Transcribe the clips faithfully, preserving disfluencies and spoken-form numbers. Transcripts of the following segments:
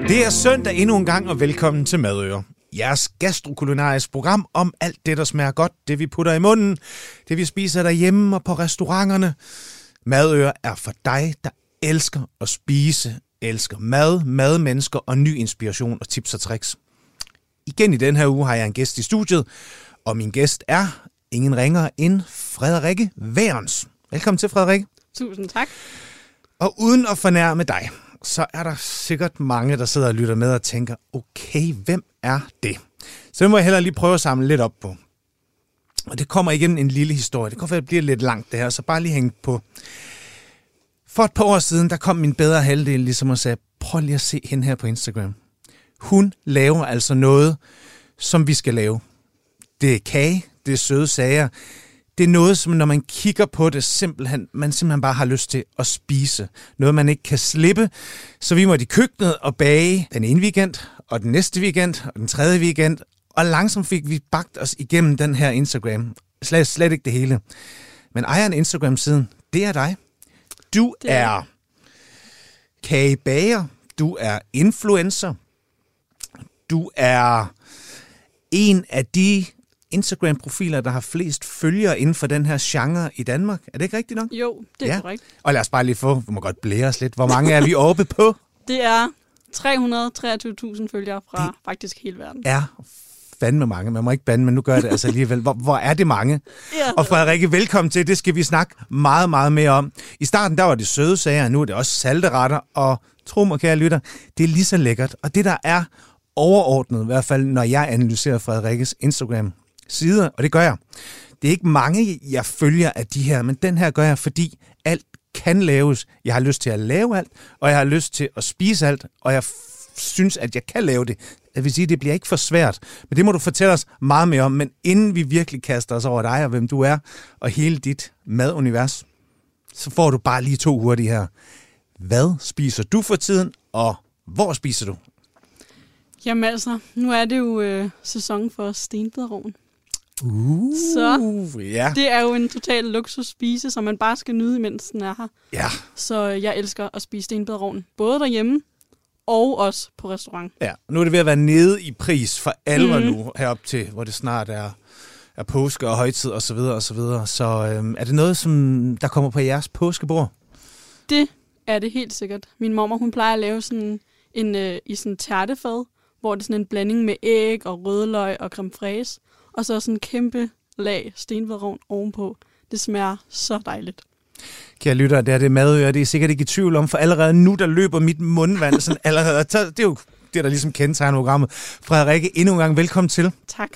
Det er søndag endnu en gang, og velkommen til Madøre. Jeres gastrokulinarisk program om alt det, der smager godt, det vi putter i munden, det vi spiser derhjemme og på restauranterne. Madøre er for dig, der elsker at spise, elsker mad, madmennesker og ny inspiration og tips og tricks. Igen i den her uge har jeg en gæst i studiet, og min gæst er ingen ringere end Frederikke Værens. Velkommen til, Frederikke. Tusind tak. Og uden at fornærme dig, så er der sikkert mange, der sidder og lytter med og tænker, okay, hvem er det? Så det må jeg hellere lige prøve at samle lidt op på. Og det kommer igennem en lille historie. Det kan være, at det bliver lidt langt det her, så bare lige hænge på. For et par år siden, der kom min bedre halvdel ligesom og sagde, prøv lige at se hende her på Instagram. Hun laver altså noget, som vi skal lave. Det er kage, det er søde sager. Det er noget, som når man kigger på det, simpelthen, man simpelthen bare har lyst til at spise. Noget, man ikke kan slippe. Så vi måtte i køkkenet og bage den ene weekend, og den næste weekend, og den tredje weekend. Og langsomt fik vi bagt os igennem den her Instagram. Slet, slet ikke det hele. Men ejeren Instagram-siden, det er dig. Du det er, er kagebager. Du er influencer. Du er en af de Instagram-profiler, der har flest følgere inden for den her genre i Danmark. Er det ikke rigtigt nok? Jo, det er ja. korrekt. Og lad os bare lige få, vi må godt blære os lidt. Hvor mange er vi oppe på? Det er tre hundrede og treogtyve tusind følgere fra det faktisk hele verden. Er fandme mange. Man må ikke bande, men nu gør jeg det altså alligevel. Hvor, hvor er det mange? Ja, og Frederikke, velkommen til. Det skal vi snakke meget, meget mere om. I starten, der var det søde sager, nu er det også salteretter. Og tro mig, kære lytter, det er lige så lækkert. Og det, der er overordnet, i hvert fald når jeg analyserer Frederikkes Instagram sider, og det gør jeg. Det er ikke mange, jeg følger af de her, men den her gør jeg, fordi alt kan laves. Jeg har lyst til at lave alt, og jeg har lyst til at spise alt, og jeg f- synes, at jeg kan lave det. Jeg vil sige, det bliver ikke for svært, men det må du fortælle os meget mere om. Men inden vi virkelig kaster os over dig og hvem du er, og hele dit madunivers, så får du bare lige to hurtige her. Hvad spiser du for tiden, og hvor spiser du? Jamen altså, nu er det jo øh, sæson for stenbiderrogn. Uh, så ja. Det er jo en total luksus spise, som man bare skal nyde, mens den er her. Ja. Så jeg elsker at spise stenbiderrogn, både derhjemme og også på restaurant. Ja, nu er det ved at være nede i pris for alvor mm. nu, herop til, hvor det snart er, er påske og højtid og så videre og så videre. Så øhm, er det noget, som der kommer på jeres påskebord? Det er det helt sikkert. Min mormor, hun plejer at lave sådan en øh, i sådan en tærtefad, hvor det er sådan en blanding med æg og rødløg og creme fraise, og så sådan en kæmpe lag stenbiderrogn ovenpå. Det smager så dejligt. Kære lytter, det er det Madøre, det er sikkert ikke i tvivl om, for allerede nu, der løber mit mundvand sådan allerede. Det er jo det, der ligesom kendetegner programmet. Frederikke, endnu en gang velkommen til. Tak.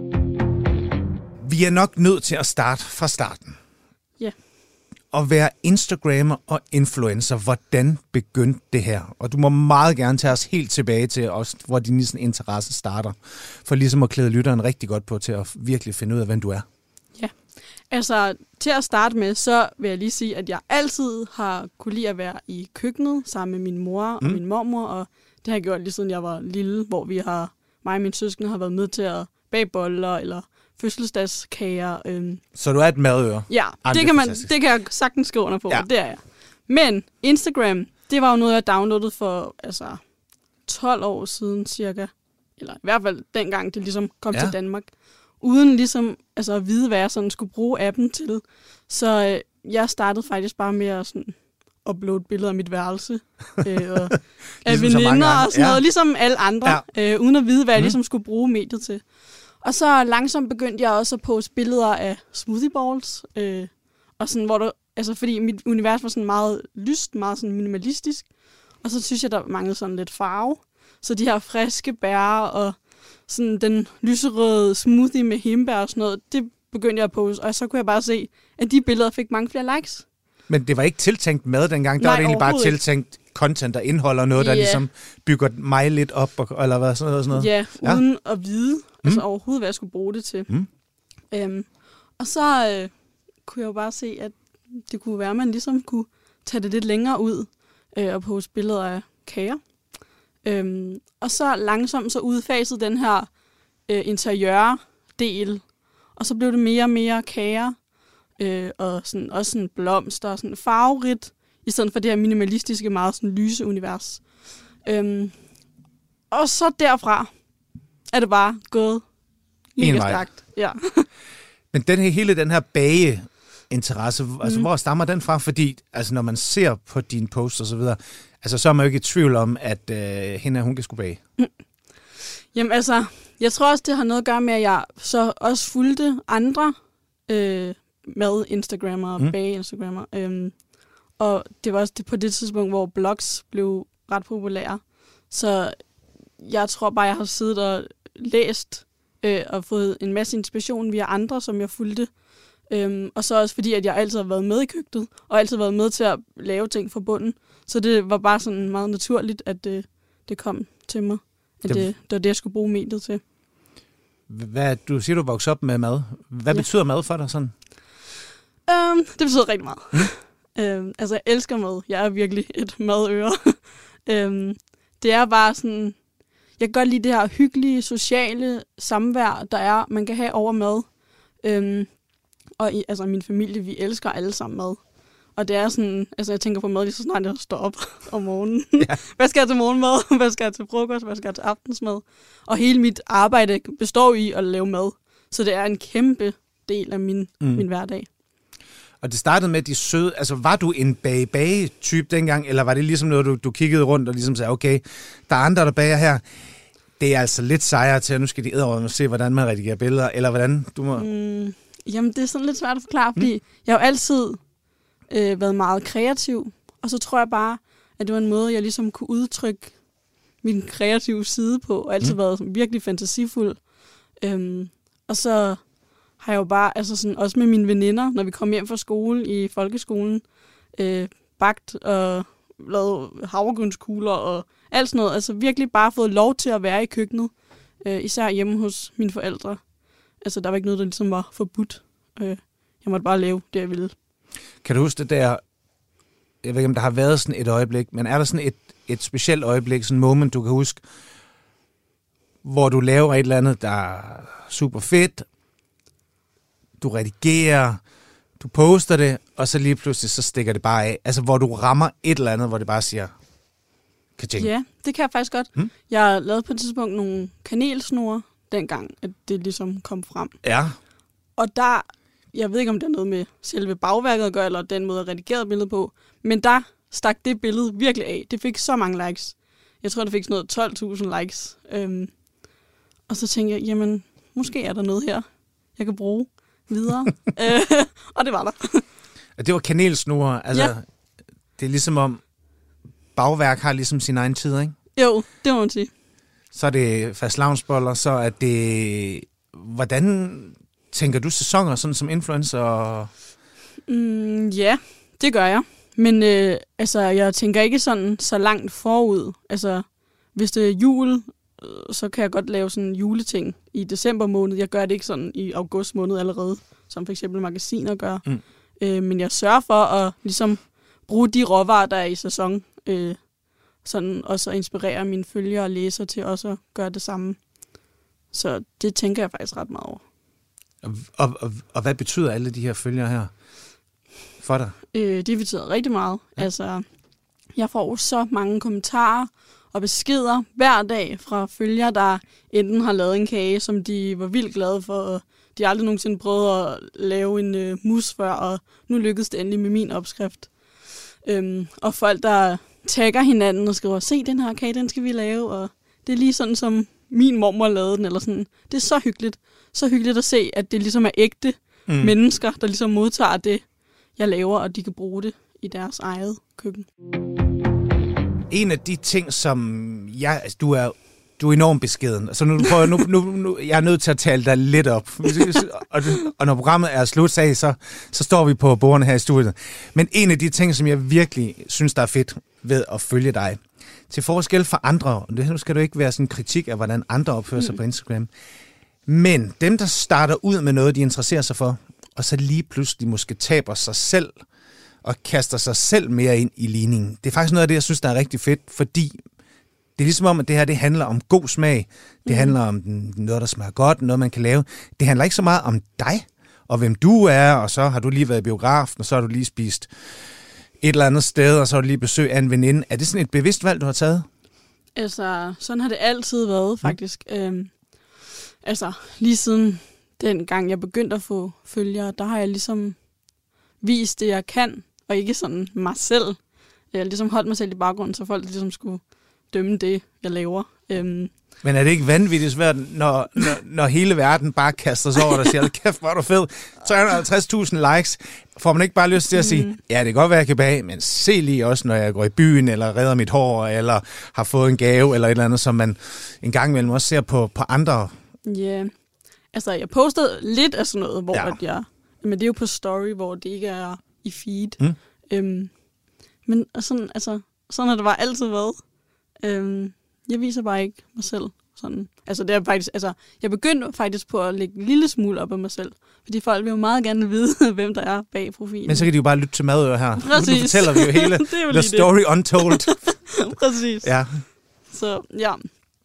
Vi er nok nødt til at starte fra starten. Ja. At være Instagrammer og influencer, hvordan begyndte det her? Og du må meget gerne tage os helt tilbage til, også, hvor din sådan, interesse starter, for ligesom at klæde lytteren rigtig godt på til at virkelig finde ud af, hvem du er. Ja, altså til at starte med, så vil jeg lige sige, at jeg altid har kunne lide at være i køkkenet sammen med min mor og mm. min mormor, og det har jeg gjort lige siden jeg var lille, hvor vi har, mig og mine søskende har været med til at bage boller eller fødselsdagskager. Øhm. Så du er et madøre? Ja, det kan, man, det kan jeg sagtens skrive under på, ja. Det er jeg. Men Instagram, det var jo noget, jeg downloadede for altså, tolv år siden cirka. Eller i hvert fald dengang, det ligesom kom ja. til Danmark. Uden ligesom altså, at vide, hvad jeg sådan skulle bruge appen til. Så øh, jeg startede faktisk bare med at sådan, uploade billeder af mit værelse. øh, og af ligesom veninder og sådan ja. noget. Ligesom alle andre. Ja. Øh, uden at vide, hvad jeg mm. ligesom skulle bruge mediet til. Og så langsomt begyndte jeg også at poste billeder af smoothie balls. Øh, og sådan, hvor der, altså, fordi mit univers var sådan meget lyst, meget sådan minimalistisk. Og så synes jeg, der manglede sådan lidt farve. Så de her friske bær og sådan den lyserøde smoothie med hindbær og sådan noget, det begyndte jeg at poste. Og så kunne jeg bare se, at de billeder fik mange flere likes. Men det var ikke tiltænkt mad dengang? Der Nej, var det egentlig bare tiltænkt content, der indeholder noget, yeah. der ligesom bygger mig lidt op, og, eller hvad, sådan noget? Sådan noget. Ja, ja, uden at vide mm. altså overhovedet, hvad jeg skulle bruge det til. Mm. Øhm, og så øh, kunne jeg jo bare se, at det kunne være, at man ligesom kunne tage det lidt længere ud øh, og poste billeder af kager. Øhm, og så langsomt så udfasede den her øh, interiør-del, og så blev det mere og mere kager, øh, og sådan, også sådan blomster, og sådan farverigt, i stedet for det her minimalistiske, meget sådan lyse univers. Øhm, Og så derfra er det bare gået mega stærkt. Ja. Men den her, hele den her bageinteresse, mm. altså hvor stammer den fra? Fordi altså, når man ser på dine posts og så videre, altså, så er man jo ikke i tvivl om, at øh, hende hun kan skulle bage. Mm. Jamen altså, jeg tror også, det har noget at gøre med, at jeg så også fulgte andre øh, med Instagrammer og mm. bage-Instagrammer. Øhm, og det var også det, på det tidspunkt, hvor blogs blev ret populære. Så jeg tror bare, jeg har siddet og læst øh, og fået en masse inspiration via andre, som jeg fulgte. Øhm, og så også fordi, at jeg altid har været med i køkkenet, og altid været med til at lave ting fra bunden. Så det var bare sådan meget naturligt, at det, det kom til mig. At det, det var det, jeg skulle bruge mediet til. Hvad, du siger, du voksede op med mad. Hvad ja. betyder mad for dig sådan? Øhm, det betyder rigtig meget. Mm. øhm, altså, jeg elsker mad. Jeg er virkelig et madøre. øhm, det er bare sådan... Jeg kan godt lide det her hyggelige, sociale samvær, der er, man kan have over mad. Øhm, og i, altså, min familie, vi elsker alle sammen mad. Og det er sådan, altså jeg tænker på mad lige så snart jeg står op om morgenen. Ja. Hvad skal jeg til morgenmad? Hvad skal jeg til frokost? Hvad skal jeg til aftensmad? Og hele mit arbejde består i at lave mad. Så det er en kæmpe del af min, mm. min hverdag. Og det startede med de søde, altså var du en bage-bage-type dengang, eller var det ligesom noget, du, du kiggede rundt og ligesom sagde, okay, der er andre, der bager her. Det er altså lidt sejere til, at nu skal de æderovne og se, hvordan man redigerer billeder, eller hvordan du må... Mm, jamen, det er sådan lidt svært at forklare, fordi mm. jeg har jo altid øh, været meget kreativ, og så tror jeg bare, at det var en måde, jeg ligesom kunne udtrykke min kreative side på, og altid mm. været virkelig fantasifuld. Øhm, og så har jeg jo bare, altså sådan, også med mine veninder, når vi kom hjem fra skole i folkeskolen, øh, bagt og lavet havregrynskugler og alt sådan noget. Altså virkelig bare fået lov til at være i køkkenet, øh, især hjemme hos mine forældre. Altså der var ikke noget, der ligesom var forbudt. Øh, jeg måtte bare lave det, jeg ville. Kan du huske det der, jeg ved ikke, om der har været sådan et øjeblik, men er der sådan et, et specielt øjeblik, sådan et moment, du kan huske, hvor du laver et eller andet, der er super fedt, du redigerer, du poster det, og så lige pludselig, så stikker det bare af. Altså, hvor du rammer et eller andet, hvor det bare siger, ka-ching. Ja, det kan jeg faktisk godt. Hmm? Jeg lavede på et tidspunkt nogle kanelsnore, dengang, at det ligesom kom frem. Ja. Og der, jeg ved ikke, om det er noget med selve bagværket at gøre, eller den måde at redigere billedet på, men der stak det billede virkelig af. Det fik så mange likes. Jeg tror, det fik sådan noget tolv tusind likes. Øhm, og så tænkte jeg, jamen, måske er der noget her, jeg kan bruge videre. øh, og det var der. Det var kanelsnore. Altså, ja. Det er ligesom om, bagværk har ligesom sin egen tid, ikke? Jo, det må man sige. Så er det fastelavnsboller, så er det... Hvordan tænker du sæsoner, sådan som influencer? Mm, ja, det gør jeg. Men øh, altså, jeg tænker ikke sådan så langt forud. Altså, hvis det er jul, så kan jeg godt lave sådan juleting i december måned. Jeg gør det ikke sådan i august måned allerede, som for eksempel magasiner gør. Mm. Øh, men jeg sørger for at ligesom bruge de råvarer, der er i sæson, øh, sådan også at inspirere mine følgere og læsere til også at gøre det samme. Så det tænker jeg faktisk ret meget over. Og, og, og, og hvad betyder alle de her følgere her for dig? Øh, det betyder rigtig meget. Ja. Altså, jeg får så mange kommentarer og beskeder hver dag fra følgere, der enten har lavet en kage, som de var vildt glade for, og de har aldrig nogensinde prøvet at lave en øh, mus før, og nu lykkedes det endelig med min opskrift. Øhm, og folk, der tagger hinanden og skriver, se den her kage, den skal vi lave, og det er lige sådan, som min mormor lavede den, eller sådan. Det er så hyggeligt. Så hyggeligt at se, at det ligesom er ægte mm. mennesker, der ligesom modtager det, jeg laver, og de kan bruge det i deres eget køkken. En af de ting, som jeg, altså, du er du er enormt beskeden. Altså nu, prøver, nu, nu, nu jeg er nødt til at tale dig lidt op. Og, og når programmet er slut, så, så står vi på bordene her i studiet. Men en af de ting, som jeg virkelig synes, der er fedt ved at følge dig, til forskel fra andre, nu skal du ikke være sådan en kritik af, hvordan andre opfører sig mm. på Instagram, men dem, der starter ud med noget, de interesserer sig for, og så lige pludselig måske taber sig selv, og kaster sig selv mere ind i ligningen. Det er faktisk noget af det, jeg synes, der er rigtig fedt, fordi det er ligesom om, at det her, det handler om god smag. Det mm. handler om noget, der smager godt, noget, man kan lave. Det handler ikke så meget om dig, og hvem du er, og så har du lige været i biografen, og så har du lige spist et eller andet sted, og så har du lige besøg af en veninde. Er det sådan et bevidst valg, du har taget? Altså, sådan har det altid været, faktisk. Mm. Øhm, altså, lige siden den gang, jeg begyndte at få følgere, der har jeg ligesom vist det, jeg kan, og ikke sådan mig selv. Jeg har ligesom holdt mig selv i baggrunden, så folk ligesom skulle dømme det, jeg laver. Øhm, Men er det ikke vanvittigt svært, når, når, når hele verden bare kaster sig over dig og siger, kæft, hvor er du fed, tre hundrede og halvtreds tusind likes, får man ikke bare lyst til at sige, mm. ja, det kan godt være, jeg kan bage, men se lige også, når jeg går i byen, eller redder mit hår, eller har fået en gave, eller et eller andet, som man en gang imellem også ser på, på andre. Ja, yeah. Altså jeg postede lidt af sådan noget, hvor ja. at jeg, men det er jo på story, hvor det ikke er i feed. Mm. Øhm, men sådan, altså, sådan har det bare altid været. Øhm, jeg viser bare ikke mig selv. Sådan. Altså, det er faktisk, altså, jeg begyndte faktisk på at lægge en lille smule op af mig selv, fordi folk vil jo meget gerne vide, hvem der er bag profilen. Men så kan de jo bare lytte til Madøre her. Præcis. Nu, nu fortæller vi jo hele jo The Story det. Untold. Præcis. Ja. Så, ja.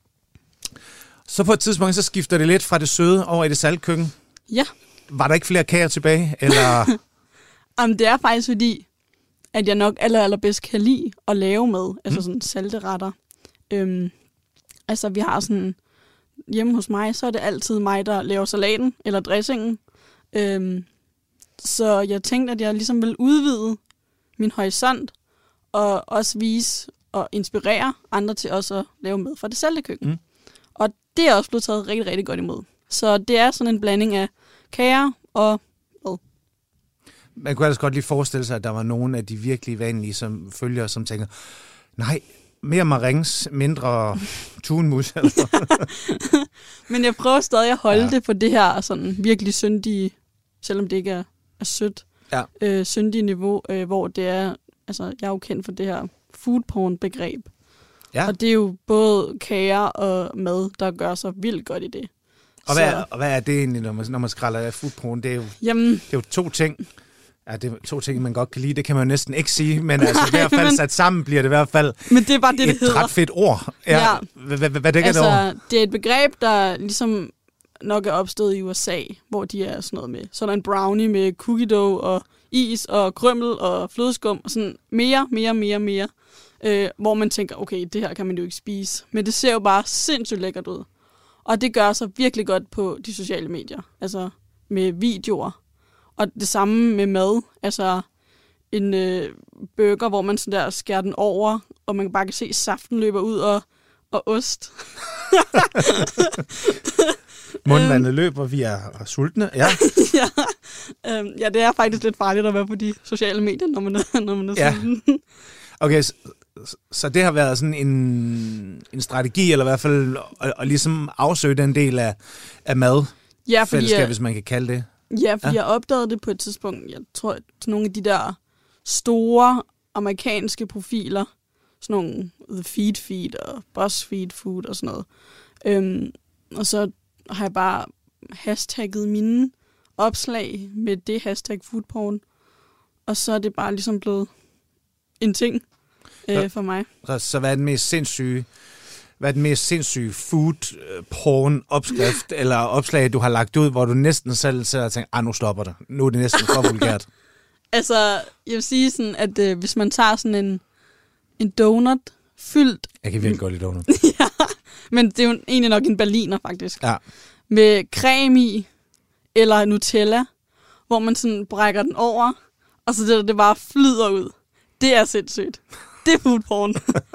Så på et tidspunkt, så skifter det lidt fra det søde over i det saltkøkken. Ja. Var der ikke flere kager tilbage, eller? Jamen, det er faktisk fordi, at jeg nok aller, allerbedst kan lide at lave mad, altså mm. sådan salte retter. Øhm, altså, vi har sådan, hjemme hos mig, så er det altid mig, der laver salaten eller dressingen. Øhm, så jeg tænkte, at jeg ligesom ville udvide min horisont, og også vise og inspirere andre til også at lave mad fra det salte køkken. Mm. Og det er også blevet taget rigtig, rigtig godt imod. Så det er sådan en blanding af kager og mad. Man kunne ellers godt lige forestille sig, at der var nogle af de virkelig vanlige som følgere, som tænker, nej, mere marengs, mindre tunmus. Men jeg prøver stadig at holde ja. det på det her sådan virkelig syndige, selvom det ikke er, er sødt, ja. øh, syndige niveau, øh, hvor det er, altså jeg er jo kendt for det her food porn begreb. Ja. Og det er jo både kager og mad, der gør sig vildt godt i det. Og hvad, er, og hvad er det egentlig, når man, når man skræller af food porn? Det er jo, Jamen, det er jo to ting. Ja, det er to ting, man godt kan lide. Det kan man jo næsten ikke sige, men altså i hvert fald sat sammen bliver det i hvert fald men det er bare det, et det hedder. ret fedt ord. Ja. Ja. Hvad dækker altså, det over? Det er et begreb, der ligesom nok er opstået i U S A, hvor de er sådan noget med. Så er der en brownie med cookie dough og is og krymmel og flødeskum og sådan mere, mere, mere, mere. Øh, hvor man tænker, okay, det her kan man jo ikke spise. Men det ser jo bare sindssygt lækkert ud. Og det gør sig virkelig godt på de sociale medier. Altså med videoer. Og det samme med mad. Altså en øh, burger, hvor man sådan der skærer den over, og man bare kan se saften løber ud og, og ost. Mundvandet løber, vi er sultne. Ja. ja. Øhm, ja, det er faktisk lidt farligt at være på de sociale medier, når man er, når man er ja. sulten. Okay, så, så det har været sådan en, en strategi, eller i hvert fald at, at ligesom afsøge den del af, af madfællesskab, ja, hvis man kan kalde det. Ja, fordi ja. jeg opdagede det på et tidspunkt, jeg tror, til nogle af de der store amerikanske profiler, sådan nogle The Feed Feed og BuzzFeed Food og sådan noget. Øhm, og så har jeg bare hashtagget mine opslag med det hashtag foodporn, og så er det bare ligesom blevet en ting øh, for mig. Så, så hvad er den mest sindssyge, hvad er den mest sindssyge food porn opskrift eller opslag, du har lagt ud, hvor du næsten selv sidder og tænker, ah, nu stopper det. Nu er det næsten for vulgært. Altså, jeg vil sige sådan, at øh, hvis man tager sådan en, en donut fyldt... Jeg kan virkelig godt lide donut. ja, men det er jo egentlig nok en berliner, faktisk. Ja. Med creme i, eller Nutella, hvor man sådan brækker den over, og så det, det bare flyder ud. Det er sindssygt. Det er food porn.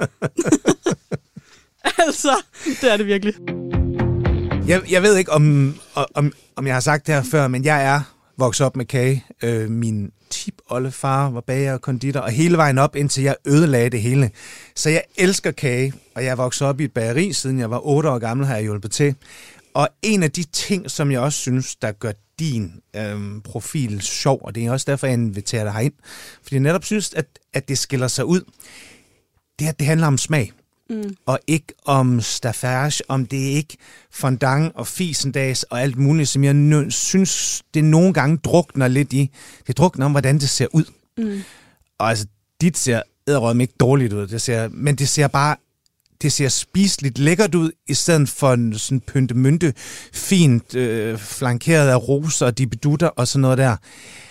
altså, det er det virkelig. Jeg, jeg ved ikke, om, om, om jeg har sagt det her før, men jeg er vokset op med kage. Øh, min tip-oldefar var bager og konditor, og hele vejen op, indtil jeg ødelagde det hele. Så jeg elsker kage, og jeg er vokset op i et bageri, siden jeg var otte år gammel, har jeg hjulpet til. Og en af de ting, som jeg også synes, der gør din øhm, profil sjov, og det er også derfor, jeg inviterer dig herind, fordi jeg netop synes, at, at det skiller sig ud, det er, at det handler om smag. Mm. Og ikke om staffage, om det ikke fondant og fisendags og alt muligt, som jeg nø- synes, det nogle gange drukner lidt i. Det drukner om, hvordan det ser ud. Mm. Og altså, dit ser edderrødme ikke dårligt ud, det ser, men det ser bare, det ser spiseligt lækkert ud, i stedet for en sådan pyntemynte, fint øh, flankeret af roser og dibedutter og sådan noget der.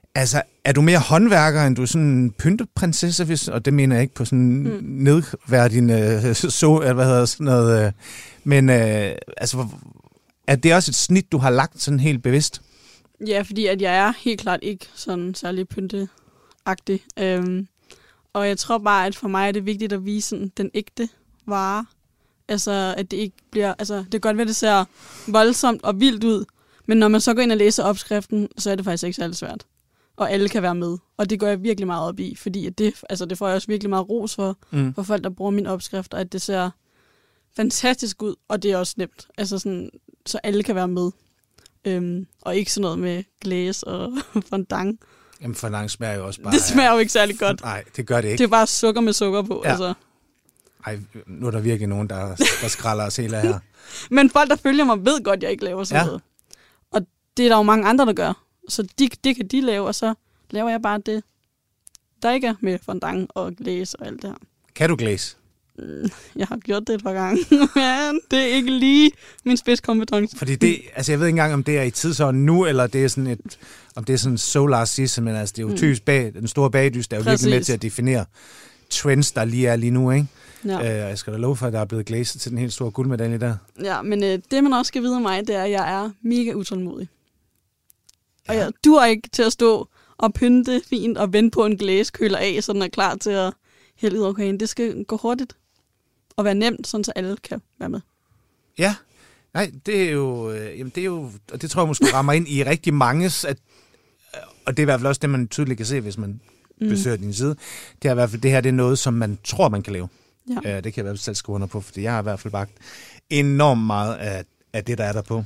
Altså, er du mere håndværker, end du er sådan en pynteprinsesse, hvis, og det mener jeg ikke på sådan mm. nedværdigende, så, hvad hedder sådan noget, øh, men øh, altså, er det også et snit, du har lagt sådan helt bevidst? Ja, fordi at jeg er helt klart ikke sådan særlig pynteagtig. Øhm, og jeg tror bare, at for mig er det vigtigt at vise sådan, den ægte vare. Altså, at det ikke bliver... Altså, det kan godt være, at det ser voldsomt og vildt ud, men når man så går ind og læser opskriften, så er det faktisk ikke særlig svært. Og alle kan være med. Og det går jeg virkelig meget op i, fordi at det, altså, det får jeg også virkelig meget ros for, mm. for folk, der bruger min opskrift, og at det ser fantastisk ud, og det er også nemt. Altså sådan, så alle kan være med. Øhm, og ikke sådan noget med glæs og fondant. Jamen, fondant smager jo også bare... Det smager jo ikke særlig godt. Nej, det gør det ikke. Det er bare sukker med sukker på. Ja. Altså. Ej, nu er der virkelig nogen, der, der skralder os hele her. Men folk, der følger mig, ved godt, at jeg ikke laver sådan ja. noget. Og det er der jo mange andre, der gør. Så de, det kan de lave, og så laver jeg bare det, der ikke er med fondant og glæs og alt det her. Kan du glæs? Jeg har gjort det et par gange, men det er ikke lige min spidskompetence. Fordi det, altså jeg ved ikke engang, om det er i tidsånden nu, eller det er sådan et, om det er sådan so last season, men altså det er jo mm. typisk bag, den store bagdys, der er jo Præcis. virkelig med til at definere trends, der lige er lige nu, ikke? Ja. Øh, jeg skal da love for, at der er blevet glæset til den helt store guldmedalje der. Ja, men øh, det man også skal vide om mig, det er, at jeg er mega utålmodig. Og ja. jeg dur ikke til at stå og pynte fint og vente på en glæs køler af, så den er klar til at hælde ud over kagen. Det skal gå hurtigt og være nemt, sådan så alle kan være med. Ja, nej, det er jo, øh, jamen det er jo, og det tror jeg måske rammer ind i rigtig manges, at, og det er i hvert fald også det, man tydeligt kan se, hvis man mm. besøger din side. Det er i hvert fald, det her det er noget, som man tror, man kan lave. Ja. Øh, det kan jeg i hvert fald selv skrive under på, fordi jeg har i hvert fald bagt enormt meget af, af det, der er der på.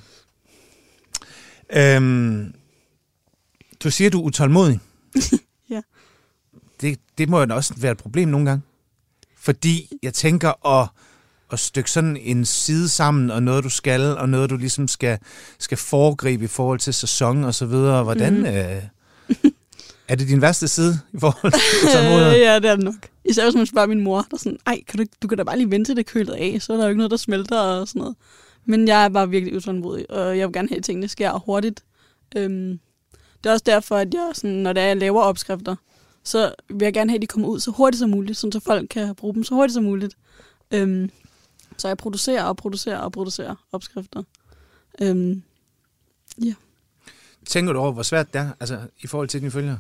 Øhm, du siger, du er utålmodig. Ja. Det, det må jo også være et problem nogle gange. Fordi jeg tænker at, at stykke sådan en side sammen, og noget du skal, og noget du ligesom skal, skal foregribe i forhold til sæson og så videre. Hvordan mm-hmm. øh, er det din værste side i forhold til utålmodighed? Ja, det er det nok. Især hvis man spørger min mor, der er sådan, ej, kan du, du kan da bare lige vente til det kølet af, så er der jo ikke noget, der smelter og sådan noget. Men jeg er bare virkelig utålmodig, og jeg vil gerne have, at tingene sker hurtigt. Øhm, det er også derfor, at jeg, sådan, når det er, jeg laver opskrifter, så vil jeg gerne have, at de kommer ud så hurtigt som muligt, så folk kan bruge dem så hurtigt som muligt. Øhm, så jeg producerer og producerer og producerer opskrifter. Øhm, ja. Tænker du over, hvor svært det er, altså i forhold til dine følgere?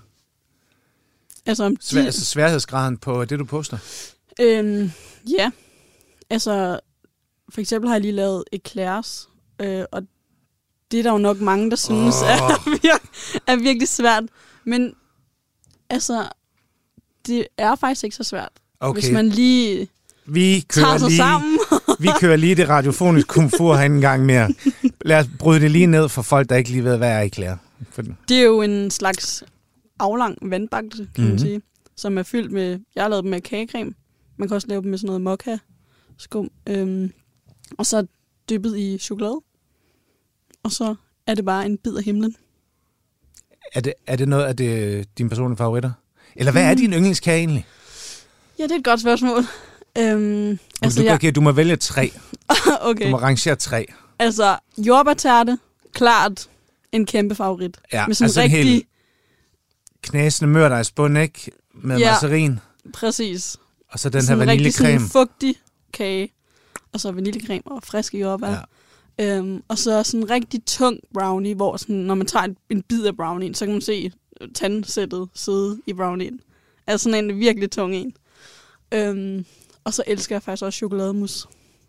Altså, de, Svær, altså sværhedsgraden på det, du poster? Øhm, ja. Altså, for eksempel har jeg lige lavet eclairs, øh, og det er der jo nok mange, der synes oh. er, vir- er virkelig svært. Men altså, det er faktisk ikke så svært, okay. Hvis man lige vi tager sig lige, sammen. Vi kører lige det radiofoniske komfort her en gang mere. Lad os bryde det lige ned for folk, der ikke lige ved, hvad er eclair. Det er jo en slags aflang vandbagte, kan mm-hmm. man sige, som er fyldt med, jeg har lavet dem med kagecreme. Man kan også lave dem med sådan noget mokka-skum. Øhm, og så dyppet i chokolade. Og så er det bare en bid af himlen. Er det, er det noget af det, dine personlige favoritter? Eller hvad mm. er din yndlingskage egentlig? Ja, det er et godt spørgsmål. Øhm, altså, du, jeg... okay, du må vælge tre. Okay. Du må rangere tre. Altså, jordbærtærte, klart en kæmpe favorit. Ja, med sådan altså rigtig... en helt knæsende mørdejsbund, ikke? Med ja, marcerin. Præcis. Og så den sådan her vaniljecreme. Sådan en rigtig fugtig kage. Og så vaniljecreme og friske jordbær. Ja. Øhm, og så sådan en rigtig tung brownie, hvor sådan, når man tager en, en bid af brownien, så kan man se tandsættet sidde i brownien. Altså sådan en virkelig tung en. Øhm, og så elsker jeg faktisk også chokolademus.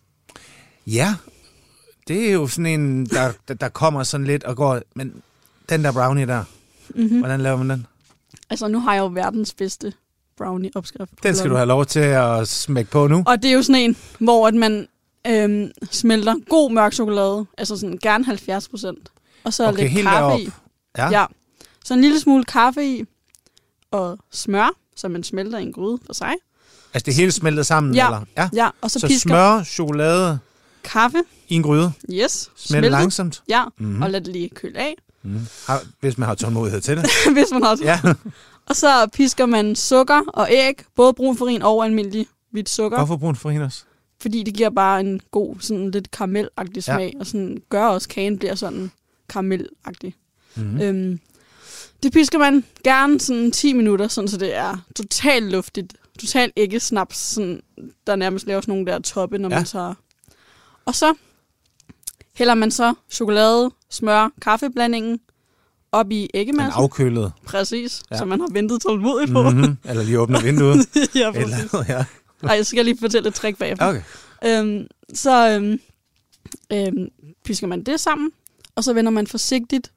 Ja, det er jo sådan en, der, der, der kommer sådan lidt og går... Men den der brownie der, mm-hmm. hvordan laver man den? Altså, nu har jeg jo verdens bedste brownie-opskrift. Den skal du have lov til at smække på nu. Og det er jo sådan en, hvor at man øhm, smelter god mørk chokolade, altså sådan gerne halvfjerds procent. Og så okay, lidt kaffe i. Ja. ja. Så en lille smule kaffe i, og smør, som man smelter i en gryde for sig. Altså det hele smeltet sammen, ja. eller? Ja, ja. Og så, så pisker smør, chokolade, kaffe i en gryde. Yes. Smelter langsomt. Ja, mm-hmm. og lad det lige køle af. Mm. Har, hvis man har tålmodighed til det. hvis man har ja. Og så pisker man sukker og æg, både brun farin og almindelig hvidt sukker. Hvorfor brun farin også? Fordi det giver bare en god, sådan lidt karamelagtig smag, ja. Og sådan gør også, kagen bliver sådan karamelagtig. Mm-hmm. Øhm, Det pisker man gerne sådan ti minutter, sådan, så det er totalt luftigt. Totalt ikke snaps, sådan, der nærmest laver sådan nogle der toppe, når ja. man tager. Og så hælder man så chokolade, smør, kaffeblandingen op i æggemassen. En afkølet. Præcis, ja. Så man har ventet tålmodigt på. Mm-hmm. Eller lige åbner vinduet. Ja, præcis. Eller, ja. Ej, jeg skal lige fortælle et trick bagefter. Okay. Øhm, så øhm, øhm, pisker man det sammen, og så vender man forsigtigt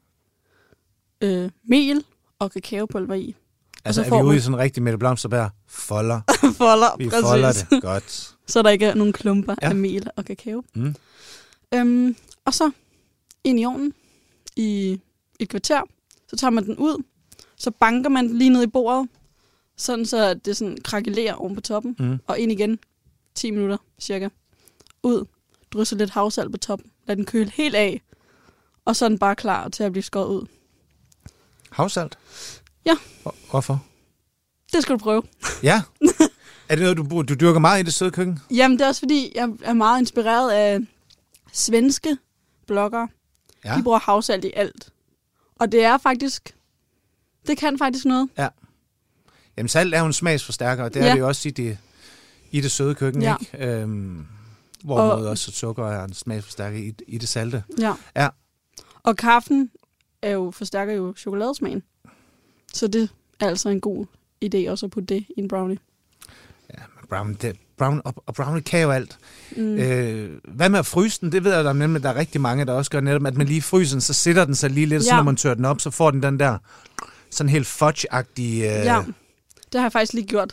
øh, mel og kakaopulver i. Altså er vi ude i sådan rigtig Mette Blomsterberg? Folder. folder, vi præcis. folder det. Godt. Så der ikke er nogen klumper ja. af mel og kakao. Mm. Øhm, og så ind i ovnen i et kvarter. Så tager man den ud. Så banker man den lige ned i bordet. Sådan så det sådan krakelerer oven på toppen. Mm. Og ind igen. ti minutter cirka. Ud. Drysser lidt havsalt på toppen. Lad den køle helt af. Og så er den bare klar til at blive skåret ud. Havsalt? Ja. Hvorfor? Det skal du prøve. Ja? Er det noget, du, du dyrker meget i det søde køkken? Jamen, det er også fordi, jeg er meget inspireret af svenske bloggere. Ja. De bruger havsalt i alt. Og det er faktisk... Det kan faktisk noget. Ja. Jamen, salt er jo en smagsforstærker, og det ja. er det jo også i det, i det søde køkken, ja. ikke? Øhm, hvorimod og, også sukker er en smagsforstærker i, i det salte. Ja. ja. Og kaffen er jo, forstærker jo chokoladesmagen. Så det er altså en god idé også at putte det i en brownie. Ja, brownie, det, brown, og, og brownie kan jo alt. Mm. Øh, hvad med at fryse den? Det ved jeg der nemlig, der er rigtig mange, der også gør netop, at man lige fryser den, så sætter den sig lige lidt, ja. Så når man tør den op, så får den den der sådan helt fudge-agtige... Øh... Ja, det har jeg faktisk lige gjort.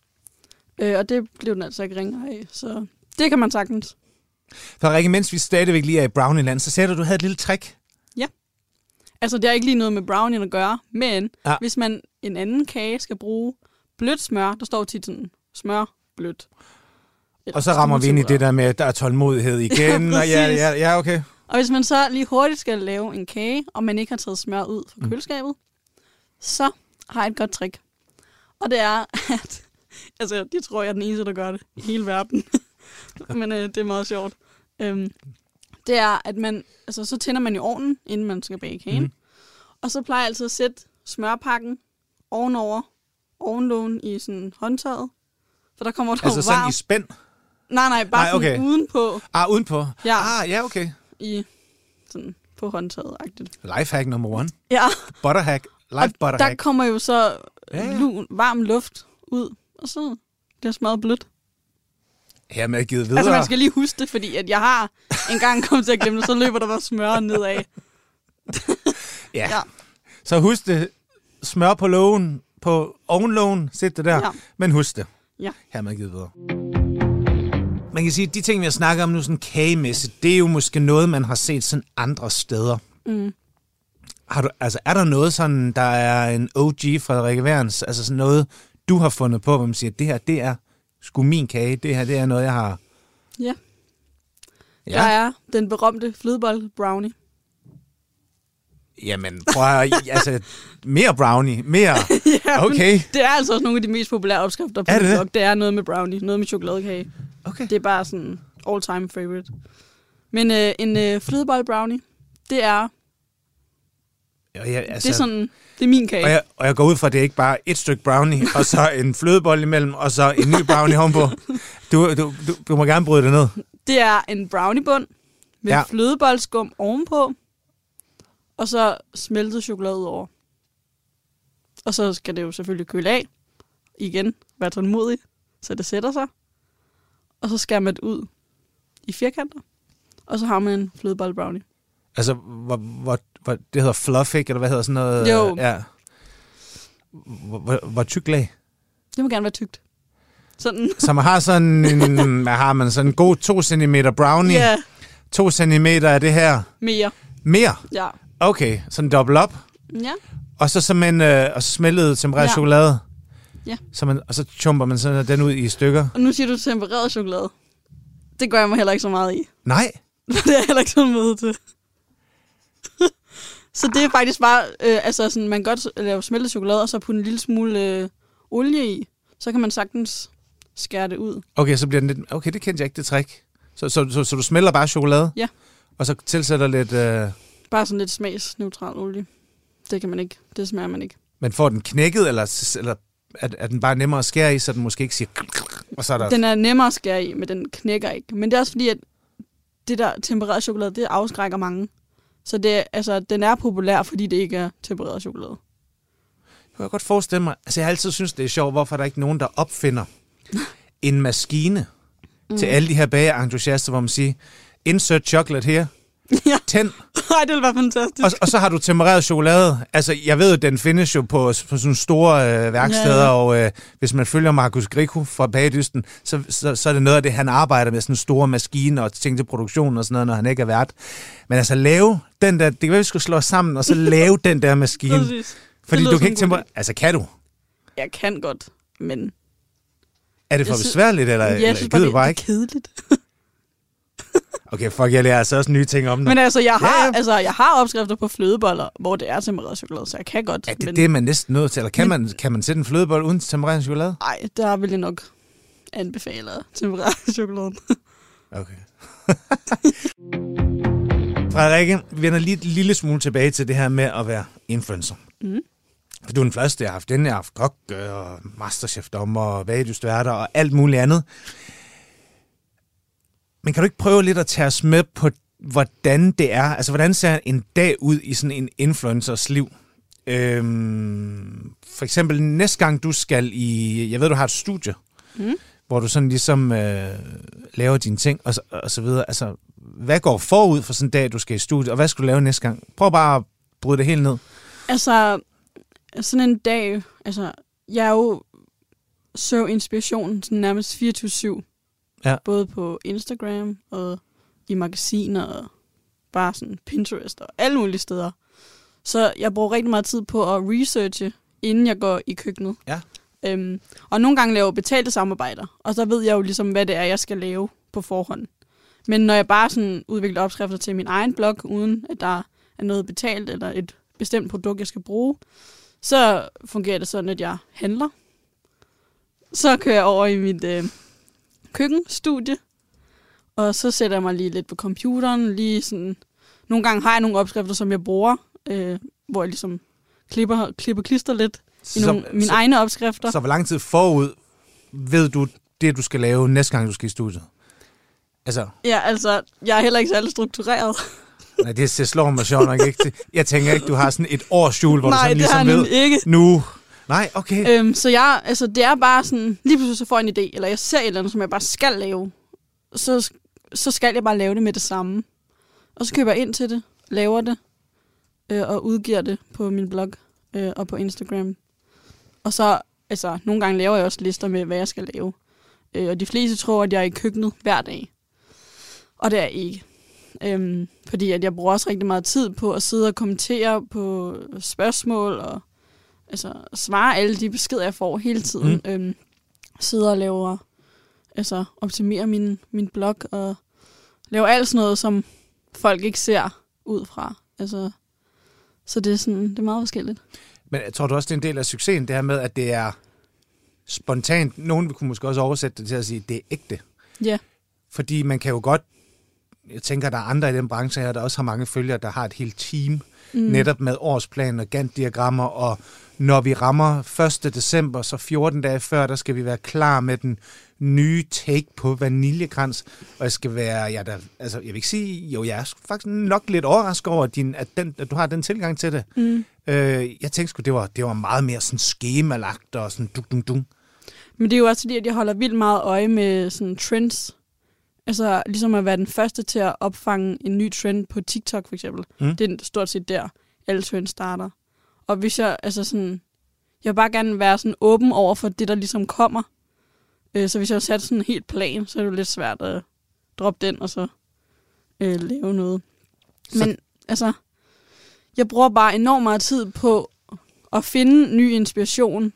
Øh, og det blev den altså ikke ringere af, så det kan man sagtens. For Rikke, mens vi stadigvæk lige er i brownie-land, så sagde du, at du havde et lille trick. Ja. Altså, det har ikke lige noget med brownie at gøre, men ja. Hvis man en anden kage skal bruge blødt smør, der står tit sådan, smør blødt. Og så rammer vi ind i det der med, at der er tålmodighed igen. ja, og ja, ja, ja, okay. Og hvis man så lige hurtigt skal lave en kage, og man ikke har taget smør ud fra køleskabet, mm. så har jeg et godt trick. Og det er, at... Altså, de tror, jeg er den eneste, der gør det i hele verden. Men øh, det er meget sjovt. Øhm, det er, at man... Altså, så tænder man i ovnen, inden man skal bage kagen. Mm. Og så plejer jeg altid at sætte smørpakken ovenover ovenlågen i sådan håndtaget. For der kommer der altså sådan varm. I spænd? Nej, nej, bare nej, okay. sådan udenpå. Ah, udenpå? Ja. Ah, ja, okay. I sådan på håndtaget-agtigt. Lifehack nummer one. Ja. Butterhack. Life butterhack. Der kommer jo så ja, ja. Lun, varm luft ud, og så bliver smaget blødt. Hermed givet videre. Altså, man skal lige huske det, fordi at jeg har engang kommet til at glemme det, så løber der bare smør nedad. ja. ja. Så husk det. Smør på lågen, på ovenlågen, sæt det der. Ja. Men husk det. Ja. Hermed givet videre. Man kan sige, at de ting, vi har snakket om nu, sådan kagemæssigt, det er jo måske noget, man har set sådan andre steder. Mm. Har du, altså, er der noget sådan, der er en O G fra Rikke Værns, altså sådan noget, du har fundet på, hvor man siger, det her, det er sgu min kage, det her, det er noget, jeg har... Ja. ja. Der er den berømte flødebold brownie. Jamen, prøv at, altså, mere brownie, mere, ja, okay. Det er altså også nogle af de mest populære opskrifter på er det blog. Det er noget med brownie, noget med chokoladekage. Okay. Det er bare sådan all-time favorite. Men øh, en øh, flødebold brownie, det er... Ja, ja, altså, det er sådan, det er min kage. Og jeg, og jeg går ud fra, at det er ikke bare et stykke brownie, og så en flødebold imellem, og så en ny brownie ovenpå. Du, du, du, du må gerne bryde det ned. Det er en browniebund med ja. flødeboldskum ovenpå, og så smeltet chokolade ud over. Og så skal det jo selvfølgelig køle af. Igen, vær tålmodig, så det sætter sig. Og så skærer man det ud i firkanter, og så har man en flødebold brownie. Altså, hvor, hvor, hvor, det hedder fluff, ikke? Eller hvad hedder sådan noget? Jo. Ja. Hvor, hvor, hvor tyk lag? Det må gerne være tykt. Sådan. Så man har sådan en, hvad har man, sådan en god to centimeter brownie. Ja. To centimeter af det her. Mere. Mere? Ja. Okay, sådan dobbelt op. Ja. Og så simpelthen, øh, og så smeltet tempereret ja. chokolade. Ja. Så man, og så chumper man sådan den ud i stykker. Og nu siger du tempereret chokolade. Det gør jeg mig heller ikke så meget i. Nej. Det er jeg heller ikke sådan måde til. Så det er faktisk bare, øh, altså sådan, man kan godt lave smeltet chokolade, og så putte en lille smule øh, olie i. Så kan man sagtens skære det ud. Okay, så bliver den lidt, okay, det kendte jeg ikke, det trick. Så, så, så, så du smelter bare chokolade? Ja. Og så tilsætter lidt... Øh... Bare sådan lidt smagsneutral olie. det kan man ikke. Det smager man ikke. Men får den knækket, eller, eller er, er den bare nemmere at skære i, så den måske ikke siger... Og så er der... Den er nemmere at skære i, men den knækker ikke. Men det er også fordi, at det der tempereret chokolade, det afskrækker mange. Så det, altså, den er populær, fordi det ikke er tempereret chokolade. Jeg kan godt forestille mig... Altså, jeg har altid synes det er sjovt, hvorfor der ikke nogen, der opfinder en maskine mm. til alle de her bageentusiaster, hvor man siger, insert chocolate her, ja. tænd. Nej, det ville være fantastisk. Og, og så har du tempereret chokolade. Altså, jeg ved, at den findes jo på, på sådan store øh, værksteder, ja, ja. og øh, hvis man følger Markus Grico fra Bagedysten, så, så, så er det noget af det, han arbejder med, sådan store maskiner og ting til produktion og sådan noget, når han ikke er vært. Men altså, lave den der, det kan være, vi skulle slå os sammen, og så lave den der maskine. Præcis. Fordi du kan ikke temperere... Altså, kan du? Jeg kan godt, men... Er det for besværligt, eller, ja, eller gider du bare ikke? Det er kedeligt. Okay, fuck, jeg lærer altså også nye ting om det. Men altså, jeg har, ja, ja. altså, jeg har opskrifter på flødeboller, hvor det er tempereret chokolade, så jeg kan godt. Er det men... det, man næsten nødt til? Eller kan, men... man, kan man sætte en flødebolle uden tempereret chokolade? Nej, der vil jeg nok anbefale tempereret chokolade. Okay. Frederikke, vi vender lige et lille smule tilbage til det her med at være influencer. Mm. For du er den første, jeg har haft. Den jeg har haft kok og masterchef-dommer og bagedystværter og alt muligt andet. Men kan du ikke prøve lidt at tage os med på, hvordan det er? Altså, hvordan ser en dag ud i sådan en influencers liv? Øhm, for eksempel næste gang, du skal i... Jeg ved, du har et studie, mm. hvor du sådan ligesom øh, laver dine ting og så, og så videre. Altså, hvad går forud for sådan en dag, du skal i studie? Og hvad skal du lave næste gang? Prøv bare at bryde det helt ned. Altså, sådan en dag... Altså, jeg er jo så inspiration sådan nærmest fireogtyve syv. Ja. Både på Instagram og i magasiner og bare sådan Pinterest og alle mulige steder. Så jeg bruger rigtig meget tid på at researche, inden jeg går i køkkenet. Ja. Øhm, og nogle gange laver jeg betalte samarbejder, og så ved jeg jo ligesom, hvad det er, jeg skal lave på forhånd. Men når jeg bare sådan udvikler opskrifter til min egen blog, uden at der er noget betalt eller et bestemt produkt, jeg skal bruge, så fungerer det sådan, at jeg handler. Så kører jeg over i mit... Øh, køkkenstudie, og så sætter jeg mig lige lidt på computeren, lige sådan, nogle gange har jeg nogle opskrifter, som jeg bruger, øh, hvor jeg ligesom klipper, klipper klister lidt i nogle, så, mine så, egne opskrifter. Så hvor lang tid forud ved du det, du skal lave næste gang, du skal i studiet? Altså. Ja, altså, jeg er heller ikke særlig struktureret. Nej, det, det slår mig sjovt nok ikke. Jeg tænker ikke, du har sådan et års jul, hvor Nej, du sådan ligesom ved, ikke. nu... Nej, okay. Øhm, så jeg, altså, det er bare sådan, lige pludselig så får jeg en idé, eller jeg ser et eller andet, som jeg bare skal lave, så, så skal jeg bare lave det med det samme. Og så køber jeg ind til det, laver det, øh, og udgiver det på min blog øh, og på Instagram. Og så, altså, nogle gange laver jeg også lister med, hvad jeg skal lave. Øh, og de fleste tror, at jeg er i køkkenet hver dag. Og det er jeg ikke. Øhm, fordi at jeg bruger også rigtig meget tid på at sidde og kommentere på spørgsmål og altså svare alle de beskeder, jeg får hele tiden. Mm. Øhm, sidder og laver, altså optimerer min, min blog og laver alt sådan noget, som folk ikke ser ud fra. Altså, så det er sådan, det er meget forskelligt. Men jeg tror du også, det er en del af succesen, det her med, at det er spontant. Nogen kunne måske også oversætte det til at sige, at det er ægte. Ja. Yeah. Fordi man kan jo godt, jeg tænker, der er andre i den branche her, der også har mange følgere, der har et helt team, mm. netop med årsplan og Gantt-diagrammer, og når vi rammer første december, så fjorten dage før, der skal vi være klar med den nye take på vaniljekrans, og jeg skal være, ja, der, altså, jeg vil ikke sige, jo, jeg er faktisk nok lidt overrasket over, din, at, den, at du har den tilgang til det. Mm. Øh, jeg tænkte sgu, det var, det var meget mere sådan skemalagt og sådan duk, duk, duk. Men det er jo også fordi, at jeg holder vildt meget øje med sådan trends. Altså ligesom at være den første til at opfange en ny trend på TikTok for eksempel. Mm. Det er stort set der, alle trends starter. Og hvis jeg, altså sådan, jeg vil bare gerne være sådan åben over for det, der ligesom kommer. Øh, så hvis jeg har sat sådan en helt plan, så er det jo lidt svært at droppe den og så øh, lave noget. Så... Men altså, jeg bruger bare enormt meget tid på at finde ny inspiration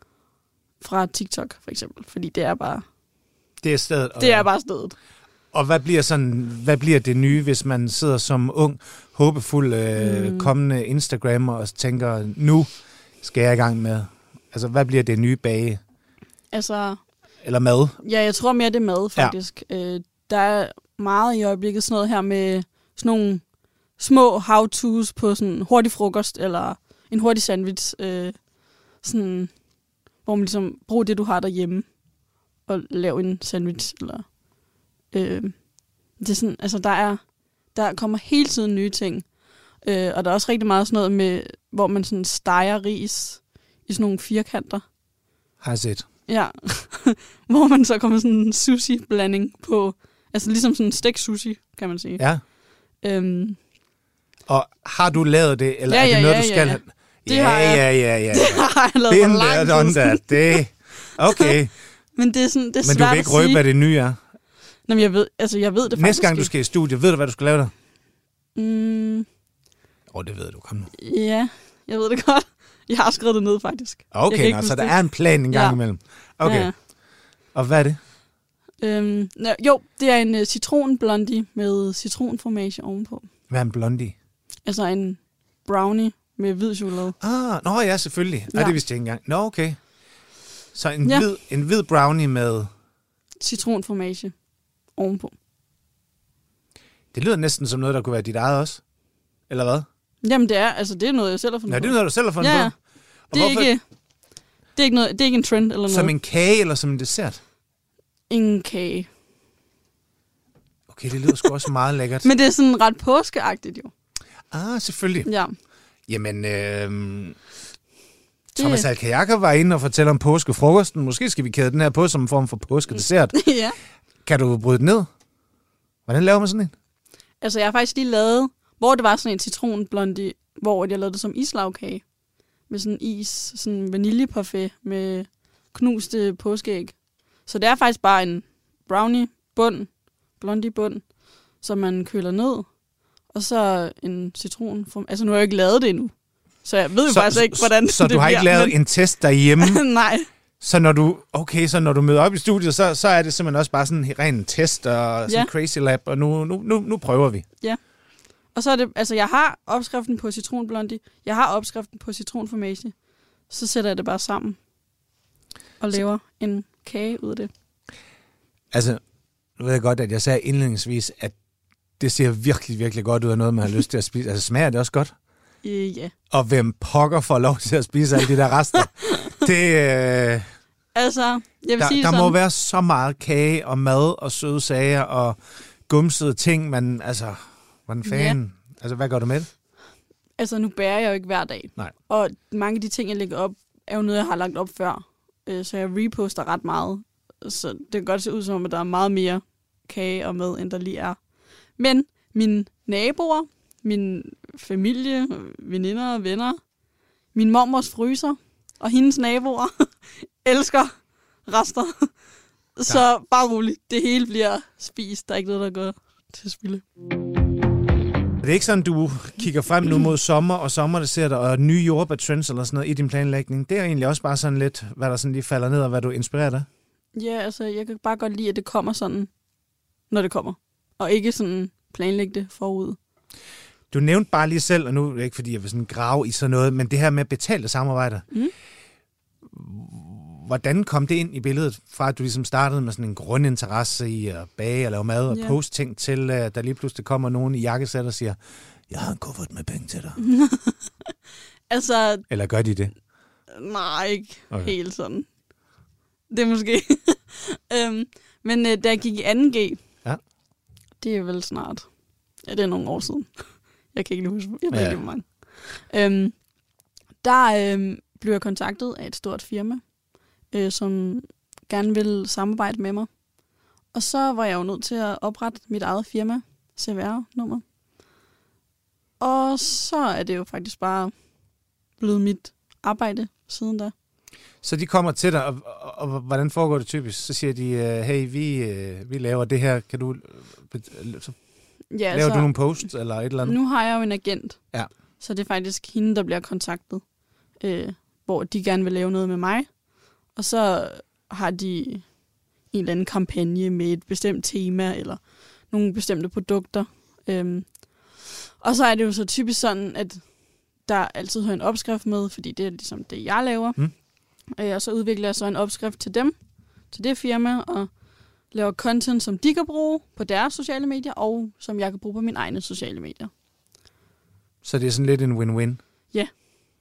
fra TikTok for eksempel, fordi det er bare... Det er stedet. Det er bare stedet. Og hvad bliver sådan, hvad bliver det nye, hvis man sidder som ung, håbefuld øh, mm. kommende Instagrammer og tænker, nu skal jeg i gang med, altså hvad bliver det nye bage? Altså... Eller mad? Ja, jeg tror mere, det er mad, faktisk. Ja. Øh, der er meget i øjeblikket sådan noget her med sådan nogle små how-tos på sådan hurtig frokost, eller en hurtig sandwich, øh, sådan, hvor man ligesom bruger det, du har derhjemme, og lave en sandwich. Eller, øh, det er sådan, altså der er, der kommer hele tiden nye ting. Øh, og der er også rigtig meget sådan noget med, hvor man sådan steger ris i sådan nogle firkanter. Har jeg set. Ja, hvor man så kommer sådan en sushi-blanding på, altså ligesom sådan en stegt sushi, kan man sige. Ja. Øhm, og har du lavet det, eller ja, er det ja, noget, ja, du skal ja. have? Det ja, har jeg. ja, ja, ja. Det har jeg lavet Been for lang there, tid done siden. that. Det, okay. Men det er sådan, det er Men svært du vil ikke røbe, hvad det nye er? Nå, men jeg ved, altså jeg ved det faktisk. Næste gang, du skal i studiet, ved du, hvad du skal lave der? Mm, Åh, oh, det ved du. Kom nu. ja, jeg ved det godt. Jeg har skrevet det ned, faktisk. Okay, nå, så der er en plan en gang ja. imellem. Okay. Ja. Og hvad er det? Øhm, jo, det er en uh, citronblondie med citronformage ovenpå. Hvad er en blondie? Altså en brownie med hvid chokolade. Ah, nå ja, selvfølgelig. Ja. Ej, det vidste jeg ikke engang. Nå, okay. Så en, ja. hvid, en hvid brownie med... citronformage ovenpå. Det lyder næsten som noget, der kunne være dit eget også. Eller hvad? Jamen det er, altså det er noget, jeg selv har fundet Nå, på. det er noget, du selv har fundet ja. på? Og det er, hvorfor... ikke, det, er ikke noget, det er ikke en trend eller noget. Som en kage eller som en dessert? En kage. Okay, det lyder sgu også meget lækkert. Men det er sådan ret påskeagtigt jo. Ah, selvfølgelig. Ja. Jamen, øh... Thomas Alkajakker var inde og fortælle om påskefrokosten. Måske skal vi kæde den her på som en form for påskedessert. Ja. Kan du bryde den ned? Hvordan laver man sådan en? Altså, jeg har faktisk lige lavet, hvor det var sådan en citronblondie, hvor jeg lavede det som islagkage. Med sådan is, sådan vaniljeparfait med knuste påskeæg. Så det er faktisk bare en brownie bund, blondie bund, som man køler ned. Og så en citron. Altså, nu har jeg ikke lavet det endnu. Så jeg ved jo så, faktisk ikke, hvordan så, så det du har bliver, ikke lavet men... en test derhjemme? Nej. Så når du, okay, så når du møder op i studiet, så, så er det simpelthen også bare sådan en ren test og sådan ja. crazy lab, og nu, nu, nu, nu prøver vi. Ja. Og så er det, altså jeg har opskriften på citronblondie, jeg har opskriften på citronformage, så sætter jeg det bare sammen og laver så... en kage ud af det. Altså, nu ved jeg godt, at jeg sagde indledningsvis, at det ser virkelig, virkelig godt ud af noget, man har lyst til at spise. Altså, smager det også godt? Øh, ja. Og hvem pokker får lov til at spise alle de der rester? det, øh, altså, jeg vil der, sige der sådan. må være så meget kage og mad og søde sager og gumsede ting, men altså, hvordan fanden? Ja. Altså, hvad gør du med det? Altså, nu bærer jeg jo ikke hver dag. Nej. Og mange af de ting, jeg lægger op, er jo noget, jeg har lagt op før. Øh, så jeg reposter ret meget. Så det kan godt se ud som, at der er meget mere kage og mad, end der lige er. Men mine naboer, min familie, veninder og venner, min mormors fryser og hendes naboer elsker rester. Så ja. Bare roligt, det hele bliver spist. Der er ikke noget, der går til spilde. Er det ikke sådan, du kigger frem nu mod sommer og sommerdesserter og nye jordbærtrends eller sådan noget i din planlægning? Det er egentlig også bare sådan lidt, hvad der sådan lige falder ned og hvad du inspirerer dig? Ja, altså jeg kan bare godt lide, at det kommer sådan, når det kommer. Og ikke sådan planlægge det forud. Du nævnte bare lige selv, og nu er det ikke fordi, jeg vil sådan grave i sådan noget, men det her med betalte samarbejder. Mm. Hvordan kom det ind i billedet, fra at du ligesom startede med sådan en grundinteresse i at bage og lave mad og yeah. poste ting, til at der lige pludselig kommer nogen i jakkesæt og siger, jeg har en kuffert med penge til dig. altså... Eller gør de det? Nej, ikke okay. Helt sådan. Det er måske... øhm, men øh, da jeg gik i anden G, ja. Det er vel snart... Ja, det er nogle år siden. Jeg kan ikke huske, jeg ved ja. ikke, hvor mange. Øhm, der øhm, blev jeg kontaktet af et stort firma, øh, som gerne ville samarbejde med mig. Og så var jeg jo nødt til at oprette mit eget firma, C V R-nummer. Og så er det jo faktisk bare blevet mit arbejde siden da. Så de kommer til dig, og, og, og hvordan foregår det typisk? Så siger de, hey, vi, vi laver det her, kan du... Så ja, laver så, du nogle posts eller et eller andet? Nu har jeg jo en agent, ja. Så det er faktisk hende, der bliver kontaktet, øh, hvor de gerne vil lave noget med mig. Og så har de en eller anden kampagne med et bestemt tema, eller nogle bestemte produkter. Øhm, og så er det jo så typisk sådan, at der altid hører en opskrift med, fordi det er ligesom det, jeg laver. Mm. Øh, og så udvikler jeg så en opskrift til dem, til det firma, og laver content, som de kan bruge på deres sociale medier, og som jeg kan bruge på mine egne sociale medier. Så det er sådan lidt en win-win? Ja.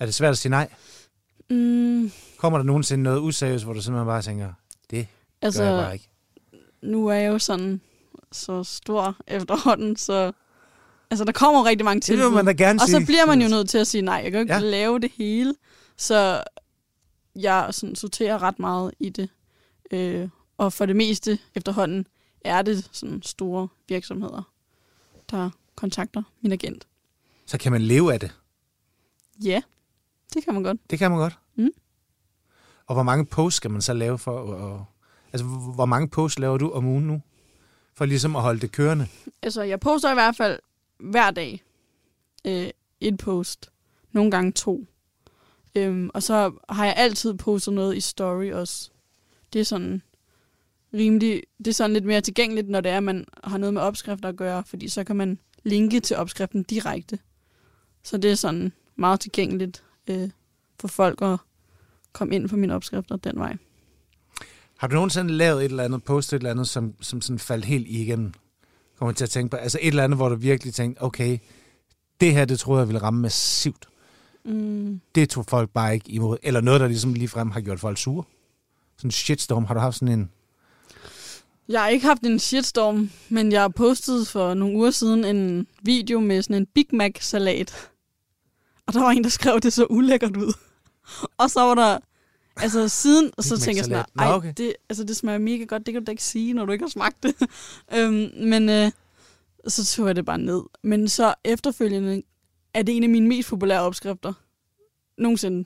Er det svært at sige nej? Mm, Kommer der nogensinde noget useriøst, hvor du simpelthen bare tænker, det altså, gør jeg bare ikke? Nu er jeg jo sådan så stor efterhånden, så altså, der kommer rigtig mange tilbud. Det vil man da gerne og sige. så bliver man jo nødt til at sige nej. Jeg kan jo ikke Ja. lave det hele. Så jeg sådan sorterer ret meget i det. Øh, og for det meste efterhånden er det sådan store virksomheder, der kontakter min agent. Så kan man leve af det. Ja, det kan man godt. Det kan man godt. Mm. Og hvor mange posts skal man så lave for at... Altså, hvor mange posts laver du om ugen nu? For ligesom at holde det kørende? Altså, jeg poster i hvert fald hver dag øh, et post. Nogle gange to. Øhm, og så har jeg altid postet noget i story også. Det er sådan rimelig, det er sådan lidt mere tilgængeligt, når det er, at man har noget med opskrifter at gøre, fordi så kan man linke til opskriften direkte. Så det er sådan meget tilgængeligt øh, for folk at komme ind på mine opskrifter den vej. Har du nogensinde lavet et eller andet, postet et eller andet, som, som sådan faldt helt igennem? Kommer til at tænke på, altså et eller andet, hvor du virkelig tænkte, okay, det her, det troede jeg ville ramme massivt. Mm. Det tog folk bare ikke imod. Eller noget, der ligesom ligefrem har gjort folk sure. Sådan en shitstorm. Har du haft sådan en... Jeg har ikke haft en shitstorm, men jeg har postet for nogle uger siden en video med sådan en Big Mac-salat. Og der var en, der skrev, det så ulækkert ud. Og så var der... Altså siden, og så tænkte jeg sådan, ej, okay. det, altså, det smager mega godt, det kan du da ikke sige, når du ikke har smagt det. øhm, men øh, så tog jeg det bare ned. Men så efterfølgende er det en af mine mest populære opskrifter nogensinde.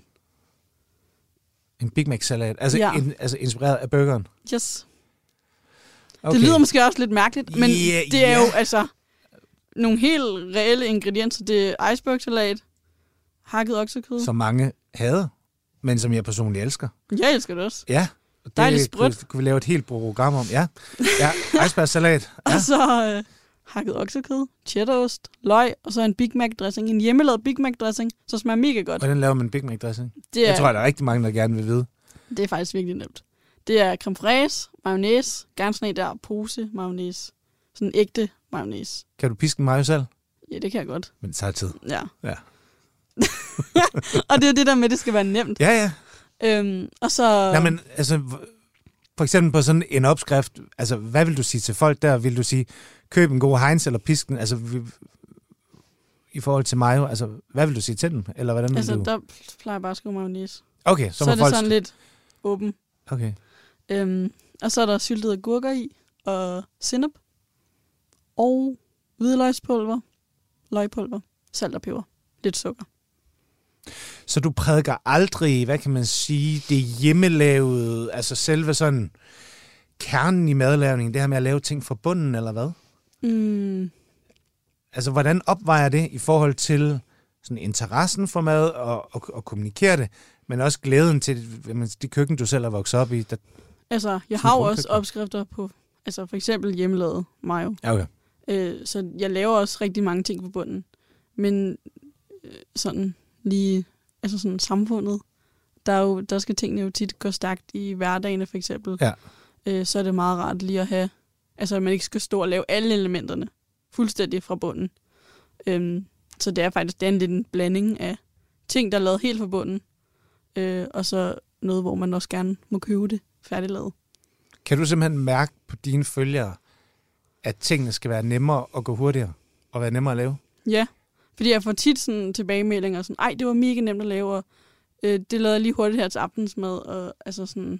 En Big Mac-salat? Altså, Ja. en, altså inspireret af burgeren? Yes. Okay. Det lyder måske også lidt mærkeligt, men Yeah, det er yeah. jo altså nogle helt reelle ingredienser. Det er iceberg-salat, hakket oksekød. Som mange hader, men som jeg personligt elsker. Jeg elsker det også. Ja. Det Dejligt sprødt. kunne, kunne vi lave et helt program om. Ja, ja iceberg-salat. Ja. Og så øh, hakket oksekød, cheddarost, løg, og så en Big Mac-dressing. En hjemmelavet Big Mac-dressing, så smager mega godt. Hvordan laver man Big Mac-dressing? Det er, Jeg tror, der er rigtig mange, der gerne vil vide. det er faktisk virkelig nemt. Det er creme fraise, mayonnaise, gerne sådan en der pose mayonnaise. Sådan en ægte mayonnaise. Kan du piske mig selv? Ja, det kan jeg godt. Men det tager tid. Ja. Ja. Og det er det der med, at det skal være nemt. Ja, ja. Øhm, og så... Nej, men altså, for eksempel på sådan en opskrift, altså, hvad vil du sige til folk der? Vil du sige, køb en god Heinz eller pisk den? Altså, vi, i forhold til mig, altså, hvad vil du sige til dem? Eller hvordan vil Altså, du? der plejer jeg bare at skrive mayonnaise. Okay, så, Så, må er det folk... sådan lidt åben. Okay. Øhm, og så er der syltede agurker i, og sennep, og hvidløgspulver, løgpulver, salt og peber, lidt sukker. Så du prædiker aldrig, hvad kan man sige, det hjemmelavede, altså selve sådan kernen i madlavningen, det her med at lave ting fra bunden, eller hvad? Mm, Altså, hvordan opvejer det i forhold til sådan interessen for mad og, og, og kommunikere det, men også glæden til de køkken, du selv har vokset op i? Der... altså, jeg Sådan har jo rundkøkken. også opskrifter på, altså for eksempel hjemmelavet mayo. Okay. Øh, så jeg laver også rigtig mange ting på bunden. Men øh, sådan lige, altså sådan samfundet, der, er jo, der skal tingene jo tit gå stærkt i hverdagen for eksempel. Ja. Øh, så er det meget rart lige at have, altså at man ikke skal stå og lave alle elementerne fuldstændig fra bunden. Øhm, så det er faktisk det er en lidt en blanding af ting, der er lavet helt fra bunden, øh, og så noget, hvor man også gerne må købe det færdiglavet. Kan du simpelthen mærke på dine følgere, at tingene skal være nemmere og gå hurtigere, og være nemmere at lave? Ja, fordi jeg får tit sådan tilbagemeldinger, sådan, ej, det var mega nemt at lave, og øh, det lavede jeg lige hurtigt her til aftensmad, og altså sådan,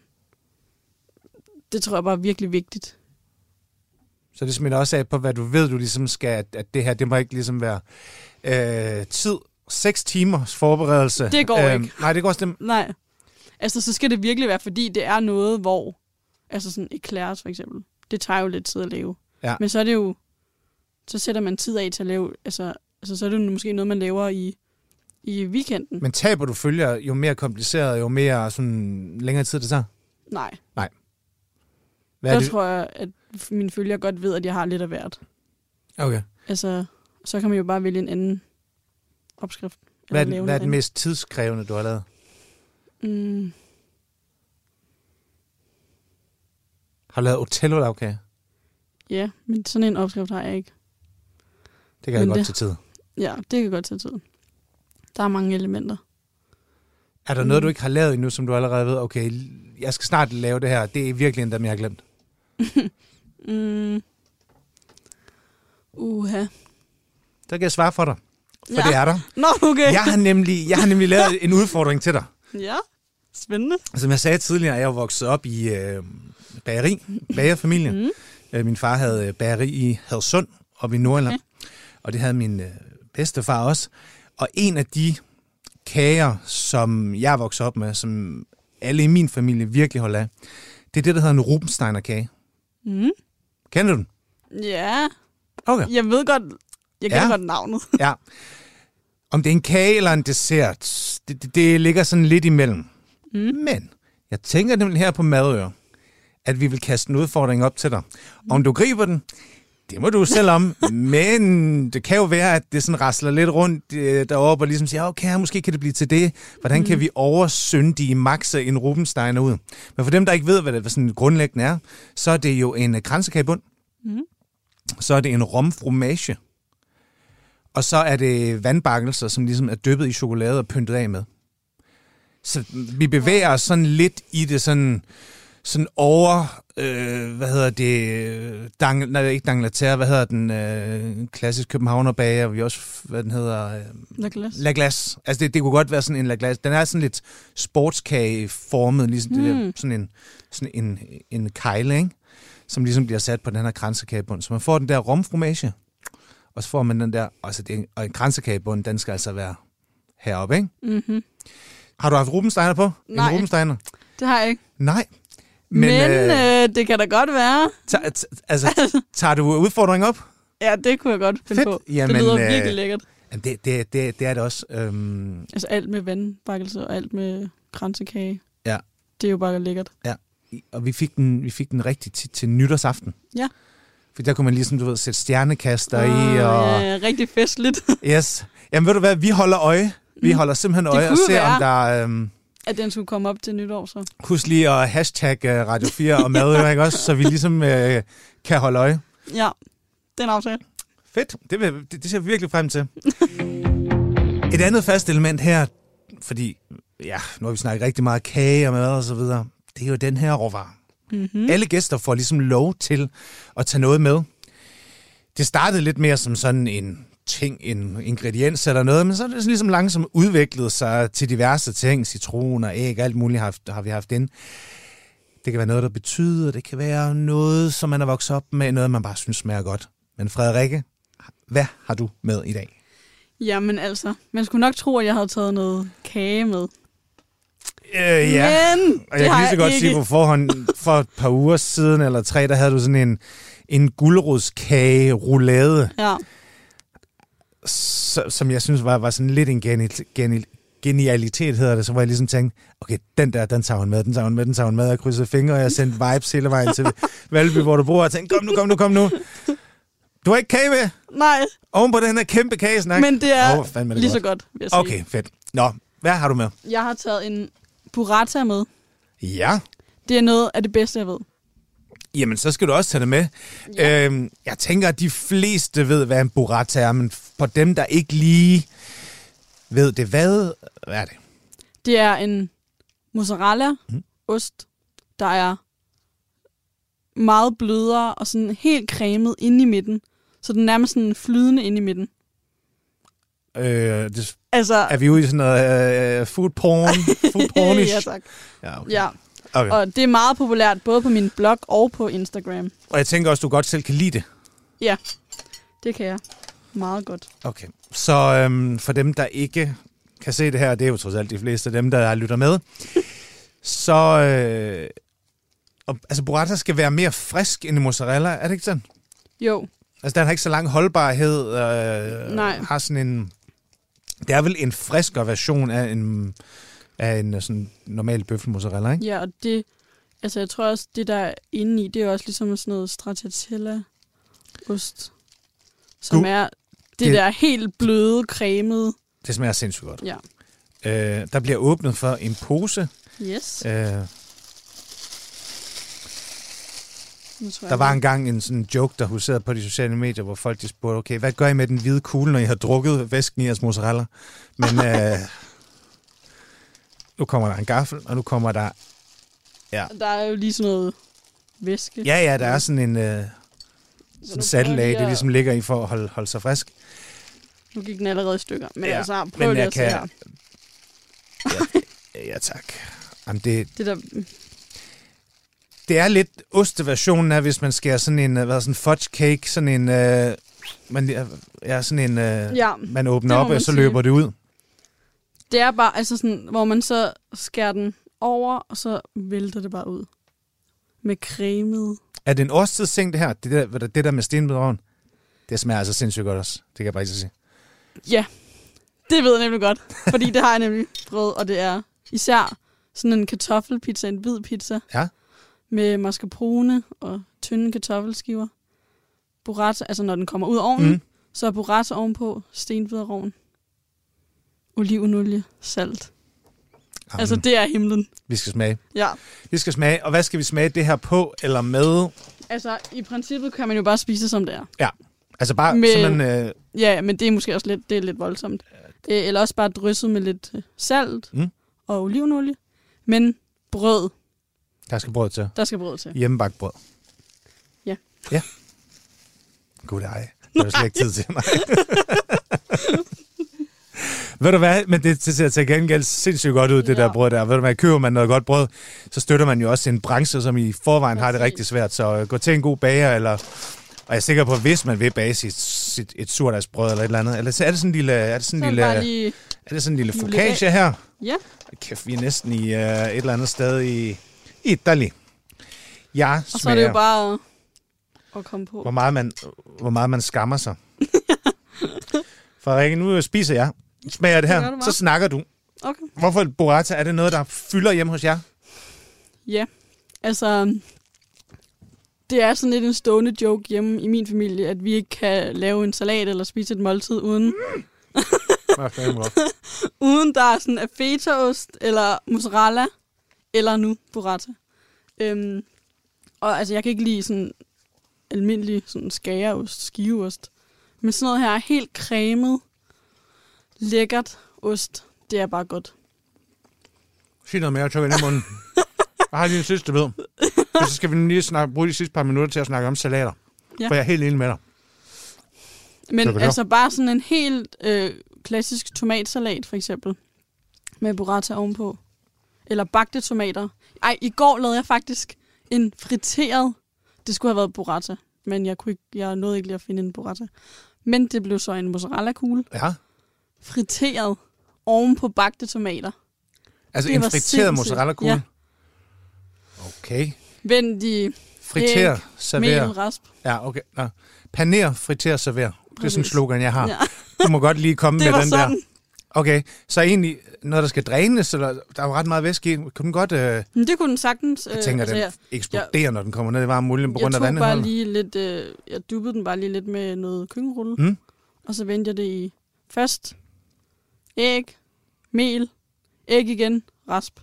det tror jeg bare er virkelig vigtigt. Så det smitter også af på, hvad du ved, du ligesom skal, at, at det her, det må ikke ligesom være øh, tid, seks timers forberedelse. Det går ikke. Nej, det går også dem. Nej, altså så skal det virkelig være, fordi det er noget, hvor, altså sådan eclairs for eksempel, det tager jo lidt tid at lave. Ja. Men så er det jo, så sætter man tid af til at lave, altså, altså så er det jo måske noget, man laver i, i weekenden. Men taber du følger, jo mere kompliceret, jo mere sådan længere tid det tager? Nej. Nej. Hvad er Der det? tror jeg, at mine følgere godt ved, at jeg har lidt af hvert. Okay. Altså, så kan man jo bare vælge en anden opskrift. Hvad er, eller den, lave hvad er noget den mest tidskrævende, du har lavet? andet. Mm, Har du lavet Otello-lavkage? ja, men sådan en opskrift har jeg ikke. Det kan jeg Men godt det- til tid. Ja, det kan godt tage tid. Der er mange elementer. Er der mm. noget, du ikke har lavet endnu, som du allerede ved, okay, jeg skal snart lave det her, det er virkelig en, dem jeg har glemt? mm. Uha. Så kan jeg svare for dig, for ja. det er der. Nå, okay. Jeg har nemlig, jeg har nemlig lavet en udfordring til dig. Ja, spændende. Som jeg sagde tidligere, jeg er jo vokset op i øh, bageri, bagerfamilien. Mm. Øh, min far havde bageri i Hadsund, oppe i Nordjylland. Okay. Og det havde min øh, bedstefar også. Og en af de kager, som jeg er vokset op med, som alle i min familie virkelig holder af, det er det, der hedder en Rubensteiner-kage. Mm. Kender du den? Ja. Okay. Jeg ved godt, jeg kender ja. godt navnet. Ja. Om det er en kage eller en dessert, det, det, det ligger sådan lidt imellem. Mm. Men jeg tænker nemlig her på Madøre, at vi vil kaste en udfordring op til dig. Mm. Om du griber den, det må du selv om, men det kan jo være, at det sådan rasler lidt rundt øh, deroppe og ligesom siger, okay, måske kan det blive til det. Hvordan mm. kan vi oversyndige maxe en Rubensteiner ud? Men for dem, der ikke ved, hvad det hvad sådan grundlæggende er, så er det jo en kransekagebund. Mm. Så er det en romfromage. Og så er det vandbakkelser, som ligesom er dyppet i chokolade og pyntet af med. Så vi bevæger os sådan lidt i det sådan, sådan over, øh, hvad hedder det, dang, nej, ikke Dangleterre, hvad hedder den øh, klassisk københavnerbager, vi også, hvad den hedder? Øh, La Glace. La Glace. Altså det, det kunne godt være sådan en La Glace. Den er sådan lidt sportskageformet, ligesom mm. det der, sådan en, sådan en, en kejle, ikke? Som ligesom bliver sat på den her kransekagebund. Så man får den der romfromage, og så får man den der, altså det, og en kransekagebund, den skal altså være heroppe, ikke? Mm-hmm. Har du haft Rubensteiner på? Nej, en Rubensteiner? Det har jeg ikke. Nej. Men, Men øh, øh, det kan da godt være. Ta- t- altså, tager du udfordringen op? Ja, det kunne jeg godt finde Fedt. på. Jamen, det lyder virkelig lækkert. Det, det, det, det er det også. Øhm... Altså alt med vandbakkelse og alt med kransekage. Ja. Det er jo bare lækkert. Ja, og vi fik den, vi fik den rigtig tit til nytårsaften. Ja. For der kunne man ligesom, du ved, sætte stjernekaster oh, i. Og... Ja, rigtig festligt. Yes. Jamen ved du hvad, vi holder øje. Vi holder simpelthen øje og ser, være, om der... Øhm... at den skulle komme op til nytår, så. Husk lige at hashtag uh, Radio fire og Madøre, ikke også? Så vi ligesom uh, kan holde øje. Ja, den aftale. Fedt. Det, vil, det, det ser vi virkelig frem til. Et andet fast element her, fordi ja, nu har vi snakket rigtig meget kage og mad og så videre, det er jo den her råvare. Mm-hmm. Alle gæster får ligesom lov til at tage noget med. Det startede lidt mere som sådan en ting, en ingrediens eller noget, men så er det ligesom langsomt udviklet sig til diverse ting, citroner, æg, alt muligt har, har vi haft ind. Det kan være noget, der betyder, det kan være noget, som man er vokset op med, noget, man bare synes smager godt. Men Frederikke, hvad har du med i dag? Jamen altså, man skulle nok tro, at jeg havde taget noget kage med. Øh, ja, men og jeg kan lige så godt ikke sige på forhånd, for et par uger siden eller tre, der havde du sådan en, en gulerodskage roulade. Ja. Så, som jeg synes var, var sådan lidt en geni, geni, genialitet, hedder det, så hvor jeg ligesom tænkte, okay, den der, den tager hun med, den tager hun med, den tager hun med, jeg krydsede fingre, og jeg sendte vibes hele vejen til Valby, hvor du bor, og jeg tænkte, kom nu, kom nu, kom nu. Du har ikke kage med? Nej. Oven på den her kæmpe kagesnak? Men det er, oh, det lige godt. så godt, vil jeg sige. Okay, fedt. Nå, hvad har du med? Jeg har taget en burrata med. Ja. Det er noget af det bedste, jeg ved. Jamen, så skal du også tage det med. Ja. Øhm, jeg tænker, at de fleste ved, hvad en burrata er, men for dem, der ikke lige ved det, hvad, hvad er det? Det er en mozzarella-ost, mm. der er meget blødere og sådan helt cremet inde i midten. Så den er nærmest sådan flydende inde i midten. Øh, det, altså, er vi ude i sådan noget uh, food porn? Food pornish? Ja, tak. Ja, okay. Ja. Okay. Og det er meget populært, både på min blog og på Instagram. Og jeg tænker også, du godt selv kan lide det. Ja, det kan jeg. Meget godt. Okay. Så øhm, for dem, der ikke kan se det her, det er jo trods alt de fleste af dem, der lytter med, så... Øh, og, altså, burrata skal være mere frisk end mozzarella, er det ikke sådan? Jo. Altså, den har ikke så lang holdbarhed. Øh, Nej. Har sådan en... Det er vel en friskere version af en... af en sådan normal bøffelmozzarella, ikke? Ja, og det, altså jeg tror også, det der er inde i, det er også ligesom sådan noget stracciatella-ost, som du, er det, det der helt bløde, cremede. Det smager sindssygt godt. Ja. Øh, der bliver åbnet for en pose. Yes. Øh, der var engang en sådan joke, der huserede på de sociale medier, hvor folk de spurgte, okay, hvad gør I med den hvide kugle, når I har drukket væsken i jeres mozzarella? Men... øh, Nu kommer der en gaffel, og nu kommer der... Ja, Der er jo lige sådan noget væske. ja, ja der er sådan en øh, sådan saltlag, det at... ligesom ligger i for at holde, holde sig frisk. Nu gik den allerede i stykker. Men Ja, altså, prøv men lige jeg at se kan- her. Ja, ja tak. Jamen, det, Det der... det er lidt osteversionen af, hvis man skærer sådan en, hvad, sådan en fudge cake, sådan en... Øh, man, ja, sådan en... Øh, Ja, man åbner det må op, man og så sige. løber det ud. det er bare altså sådan, hvor man så skærer den over, og så vælter det bare ud. Med cremet. Er det en årstidsting, det her? Det der, det der med stenbiderrovn? Det smager altså sindssygt godt også. Det kan jeg bare ikke så sige. Ja, det ved jeg nemlig godt. Fordi det har jeg nemlig prøvet, og det er især sådan en kartoffelpizza, en hvid pizza. Ja. Med mascarpone og tynde kartoffelskiver. Burrata, altså når den kommer ud af ovnen, Mm. mm. så er burrata ovenpå, stenbiderrovn, olivenolie, salt. Jamen, Altså det er himlen. vi skal smage. Ja. Vi skal smage. Og hvad skal vi smage det her på eller med? Altså i princippet kan man jo bare spise det, som det er. Ja, altså bare Med- simpelthen... Øh, Ja, men det er måske også lidt, det er lidt voldsomt. Øh, Eller også bare drysset med lidt øh, salt Mm. og olivenolie. Men brød, der skal brød til. der skal brød til. Hjemmebagt brød. Ja. Ja. Gud, ej. Det er slet ikke tid til mig. Ved du hvad, men det, det ser til gengæld sindssygt godt ud, det Ja. der brød der. Ved du hvad, køber man noget godt brød, så støtter man jo også en branche, som i forvejen har det Præcis. rigtig svært. Så øh, gå til en god bager, eller... Og jeg er sikker på, at hvis man vil bage sit, sit, et surdagsbrød eller et eller andet, eller så er det sådan en lille, er det sådan Så en er det lille, bare lige... er det sådan en lille hive lidt focaccia her? Ja, Kæft, vi er næsten i uh, et eller andet sted i, i Italy. Jeg og så er smager, det jo bare at komme på. hvor, meget man, hvor meget man skammer sig. For Rikke, nu spiser jeg. Smager det Det gør her, du så bare. snakker du. Okay. Hvorfor burrata? Er det noget, der fylder hjemme hos jer? Ja, altså... Det er sådan lidt en stående joke hjemme i min familie, at vi ikke kan lave en salat eller spise et måltid uden, uden der er sådan en fetaost eller mozzarella eller nu burrata. Øhm, og altså, jeg kan ikke lide sådan almindelig sådan skæreost, skiveost. Men sådan noget her er helt cremet, lækkert ost. Det er bare godt. Sig noget mere, jeg trykker ind i munden. Jeg har lige en sidste bid. Så skal vi lige snakke, bruge de sidste par minutter til at snakke om salater. Ja. For jeg er helt enig med dig. Men Så kan altså bare sådan en helt øh, klassisk tomatsalat, for eksempel. Med burrata ovenpå. Eller bagte tomater. Ej, i går lavede jeg faktisk en friteret... Det skulle have været burrata, men jeg, kunne ikke, jeg nåede ikke lige at finde en burrata. Men det blev så en mozzarella-kugle. Ja. Friteret ovenpå bagte tomater. Altså Det en var friteret sindssygt. mozzarella-kugle. Ja. Okay. Vend de Friter, Æg, server. mel, rasp. Ja, okay. Nå. Paner, friter, server. Det er sådan en Præcis. slogan, jeg har. Ja. Du må godt lige komme Det med var den sådan. der. Okay, så egentlig noget, der skal drænes, eller der er jo ret meget væske i. Kunne den godt... Øh, Men det kunne den sagtens. jeg tænker, altså, den jeg, eksploderer, når den kommer ned i varme olien på jeg grund af tog bare vandindholdet. lige lidt... Øh, jeg dubbede den bare lige lidt med noget køkkenrulle. Mm. Og så vendte jeg det i først æg, mel, æg igen, rasp.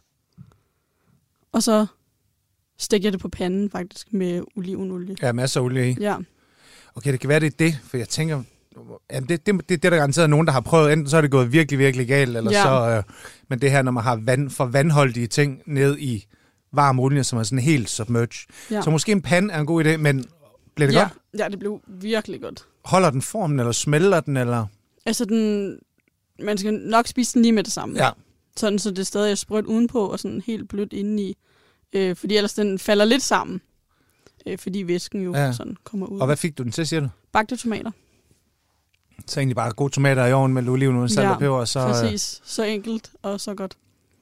Og så stegte jeg det på panden faktisk med olivenolie. Ja, masser af olie i. Ja. Okay, det kan være, det er det, for jeg tænker... Jamen, det, det, det, det er der garanteret nogen, der har prøvet. Enten så er det gået virkelig, virkelig galt, eller Ja. så... Øh, men det her, når man har vand, for vandholdige ting ned i varm olie, som er sådan helt submerged. Ja. Så måske en pande er en god idé, men bliver det ja. godt? Ja, det blev virkelig godt. Holder den formen, eller smelter den, eller... Altså, den, man skal nok spise den lige med det samme. Ja. Sådan, så det stadig er sprødt udenpå og sådan helt blødt indeni. Øh, fordi ellers den falder lidt sammen. Øh, fordi væsken jo Ja. sådan kommer ud. Og hvad fik du den til, siger du? Bagte tomater. Så egentlig bare gode tomater i ovnen med oliven, salt Ja, og peber, og så... øh, Præcis. Så enkelt og så godt.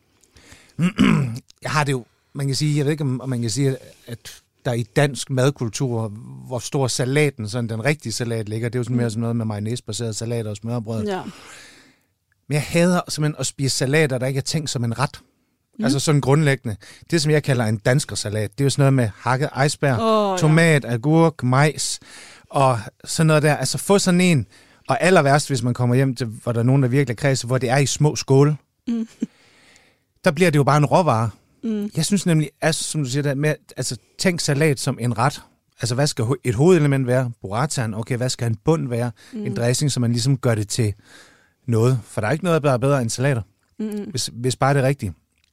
Jeg har det jo... Man kan sige, jeg ved ikke, om om man kan sige, at der i dansk madkultur, hvor stor salaten, sådan den rigtige salat ligger, det er jo sådan mere sådan noget med mayonnaise-baseret salat og smørbrød. Ja. Men jeg hader simpelthen at spise salater, der ikke er tænkt som en ret. Mm. Altså sådan grundlæggende. Det, som jeg kalder en danskersalat, det er jo sådan noget med hakket iceberg, Åh, tomat, agurk, majs og sådan noget der. Altså få sådan en, og aller værst, hvis man kommer hjem til, hvor der er nogen, der virkelig er kredse, hvor det er i små skåle. Mm. Der bliver det jo bare en råvare. Mm. Jeg synes nemlig, altså, som du siger, der, med, altså, tænk salat som en ret. Altså, hvad skal et hovedelement være? Burrataen. Okay, hvad skal en bund være? Mm. En dressing, så man ligesom gør det til noget. For der er ikke noget, der er bedre end salater, Mm. hvis, hvis bare det er rigtigt.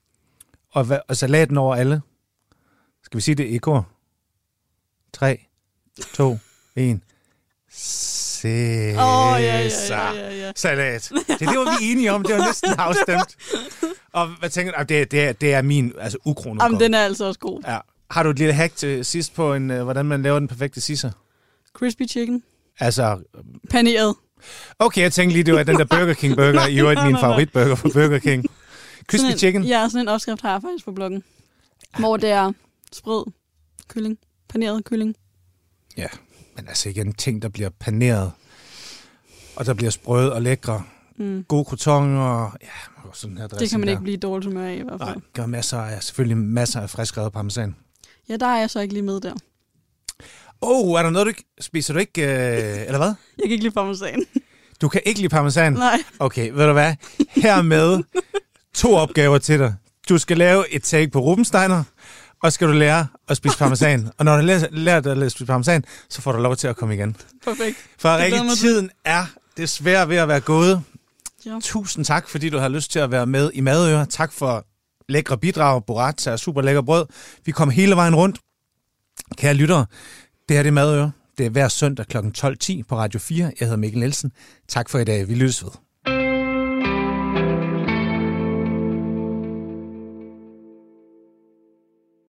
Og, hva- og salaten over alle. Skal vi sige det i kor? tre, to, et. Cæsar. Åh, oh, ja, ja, ja, ja, ja. Salat. Det, det var vi enige om. Det var næsten afstemt. Og hvad tænker du? Det, det, er, det er min altså, ukrono. Jamen, den er altså også god. Ja. Har du et lille hack til sidst på, en, uh, hvordan man laver den perfekte sisser? Crispy chicken. Altså... Paneret. Okay, jeg tænkte lige, det var den der Burger King burger. I øvrigt min favoritburger fra Burger King. Crispy sådan en, chicken? Ja, sådan en opskrift har jeg faktisk på bloggen. Hvor det er sprød kylling. Paneret kylling. Ja, men altså igen, ting, der bliver paneret. Og der bliver sprøde og lækre. Mm. Gode croutons. Ja, sådan her dressing. Det kan man der. ikke blive dårligt humør af i hvert fald. Nej, gør masser af, selvfølgelig masser af friskrevet parmesan. Ja, der er jeg så ikke lige med der. Åh, oh, er der noget, du ikke... Spiser du ikke... Øh, eller hvad? Jeg kan ikke lide parmesan. Du kan ikke lide parmesan? Nej. Okay, ved du hvad? Hermed to opgaver til dig. Du skal lave et take på Rubensteiner, og skal du lære at spise parmesan. Og når du lærer, lærer dig at spise parmesan, så får du lov til at komme igen. Perfekt. For rigtig tiden er desværre ved at være gået. Ja. Tusind tak, fordi du har lyst til at være med i Madøre. Tak for lækre bidrag. Burrata er super lækker brød. Vi kommer hele vejen rundt. Kære lyttere, det her det er Madøre. Det er hver søndag klokken tolv ti på Radio fire. Jeg hedder Mikkel Nielsen. Tak for i dag. Vi lyttes ved.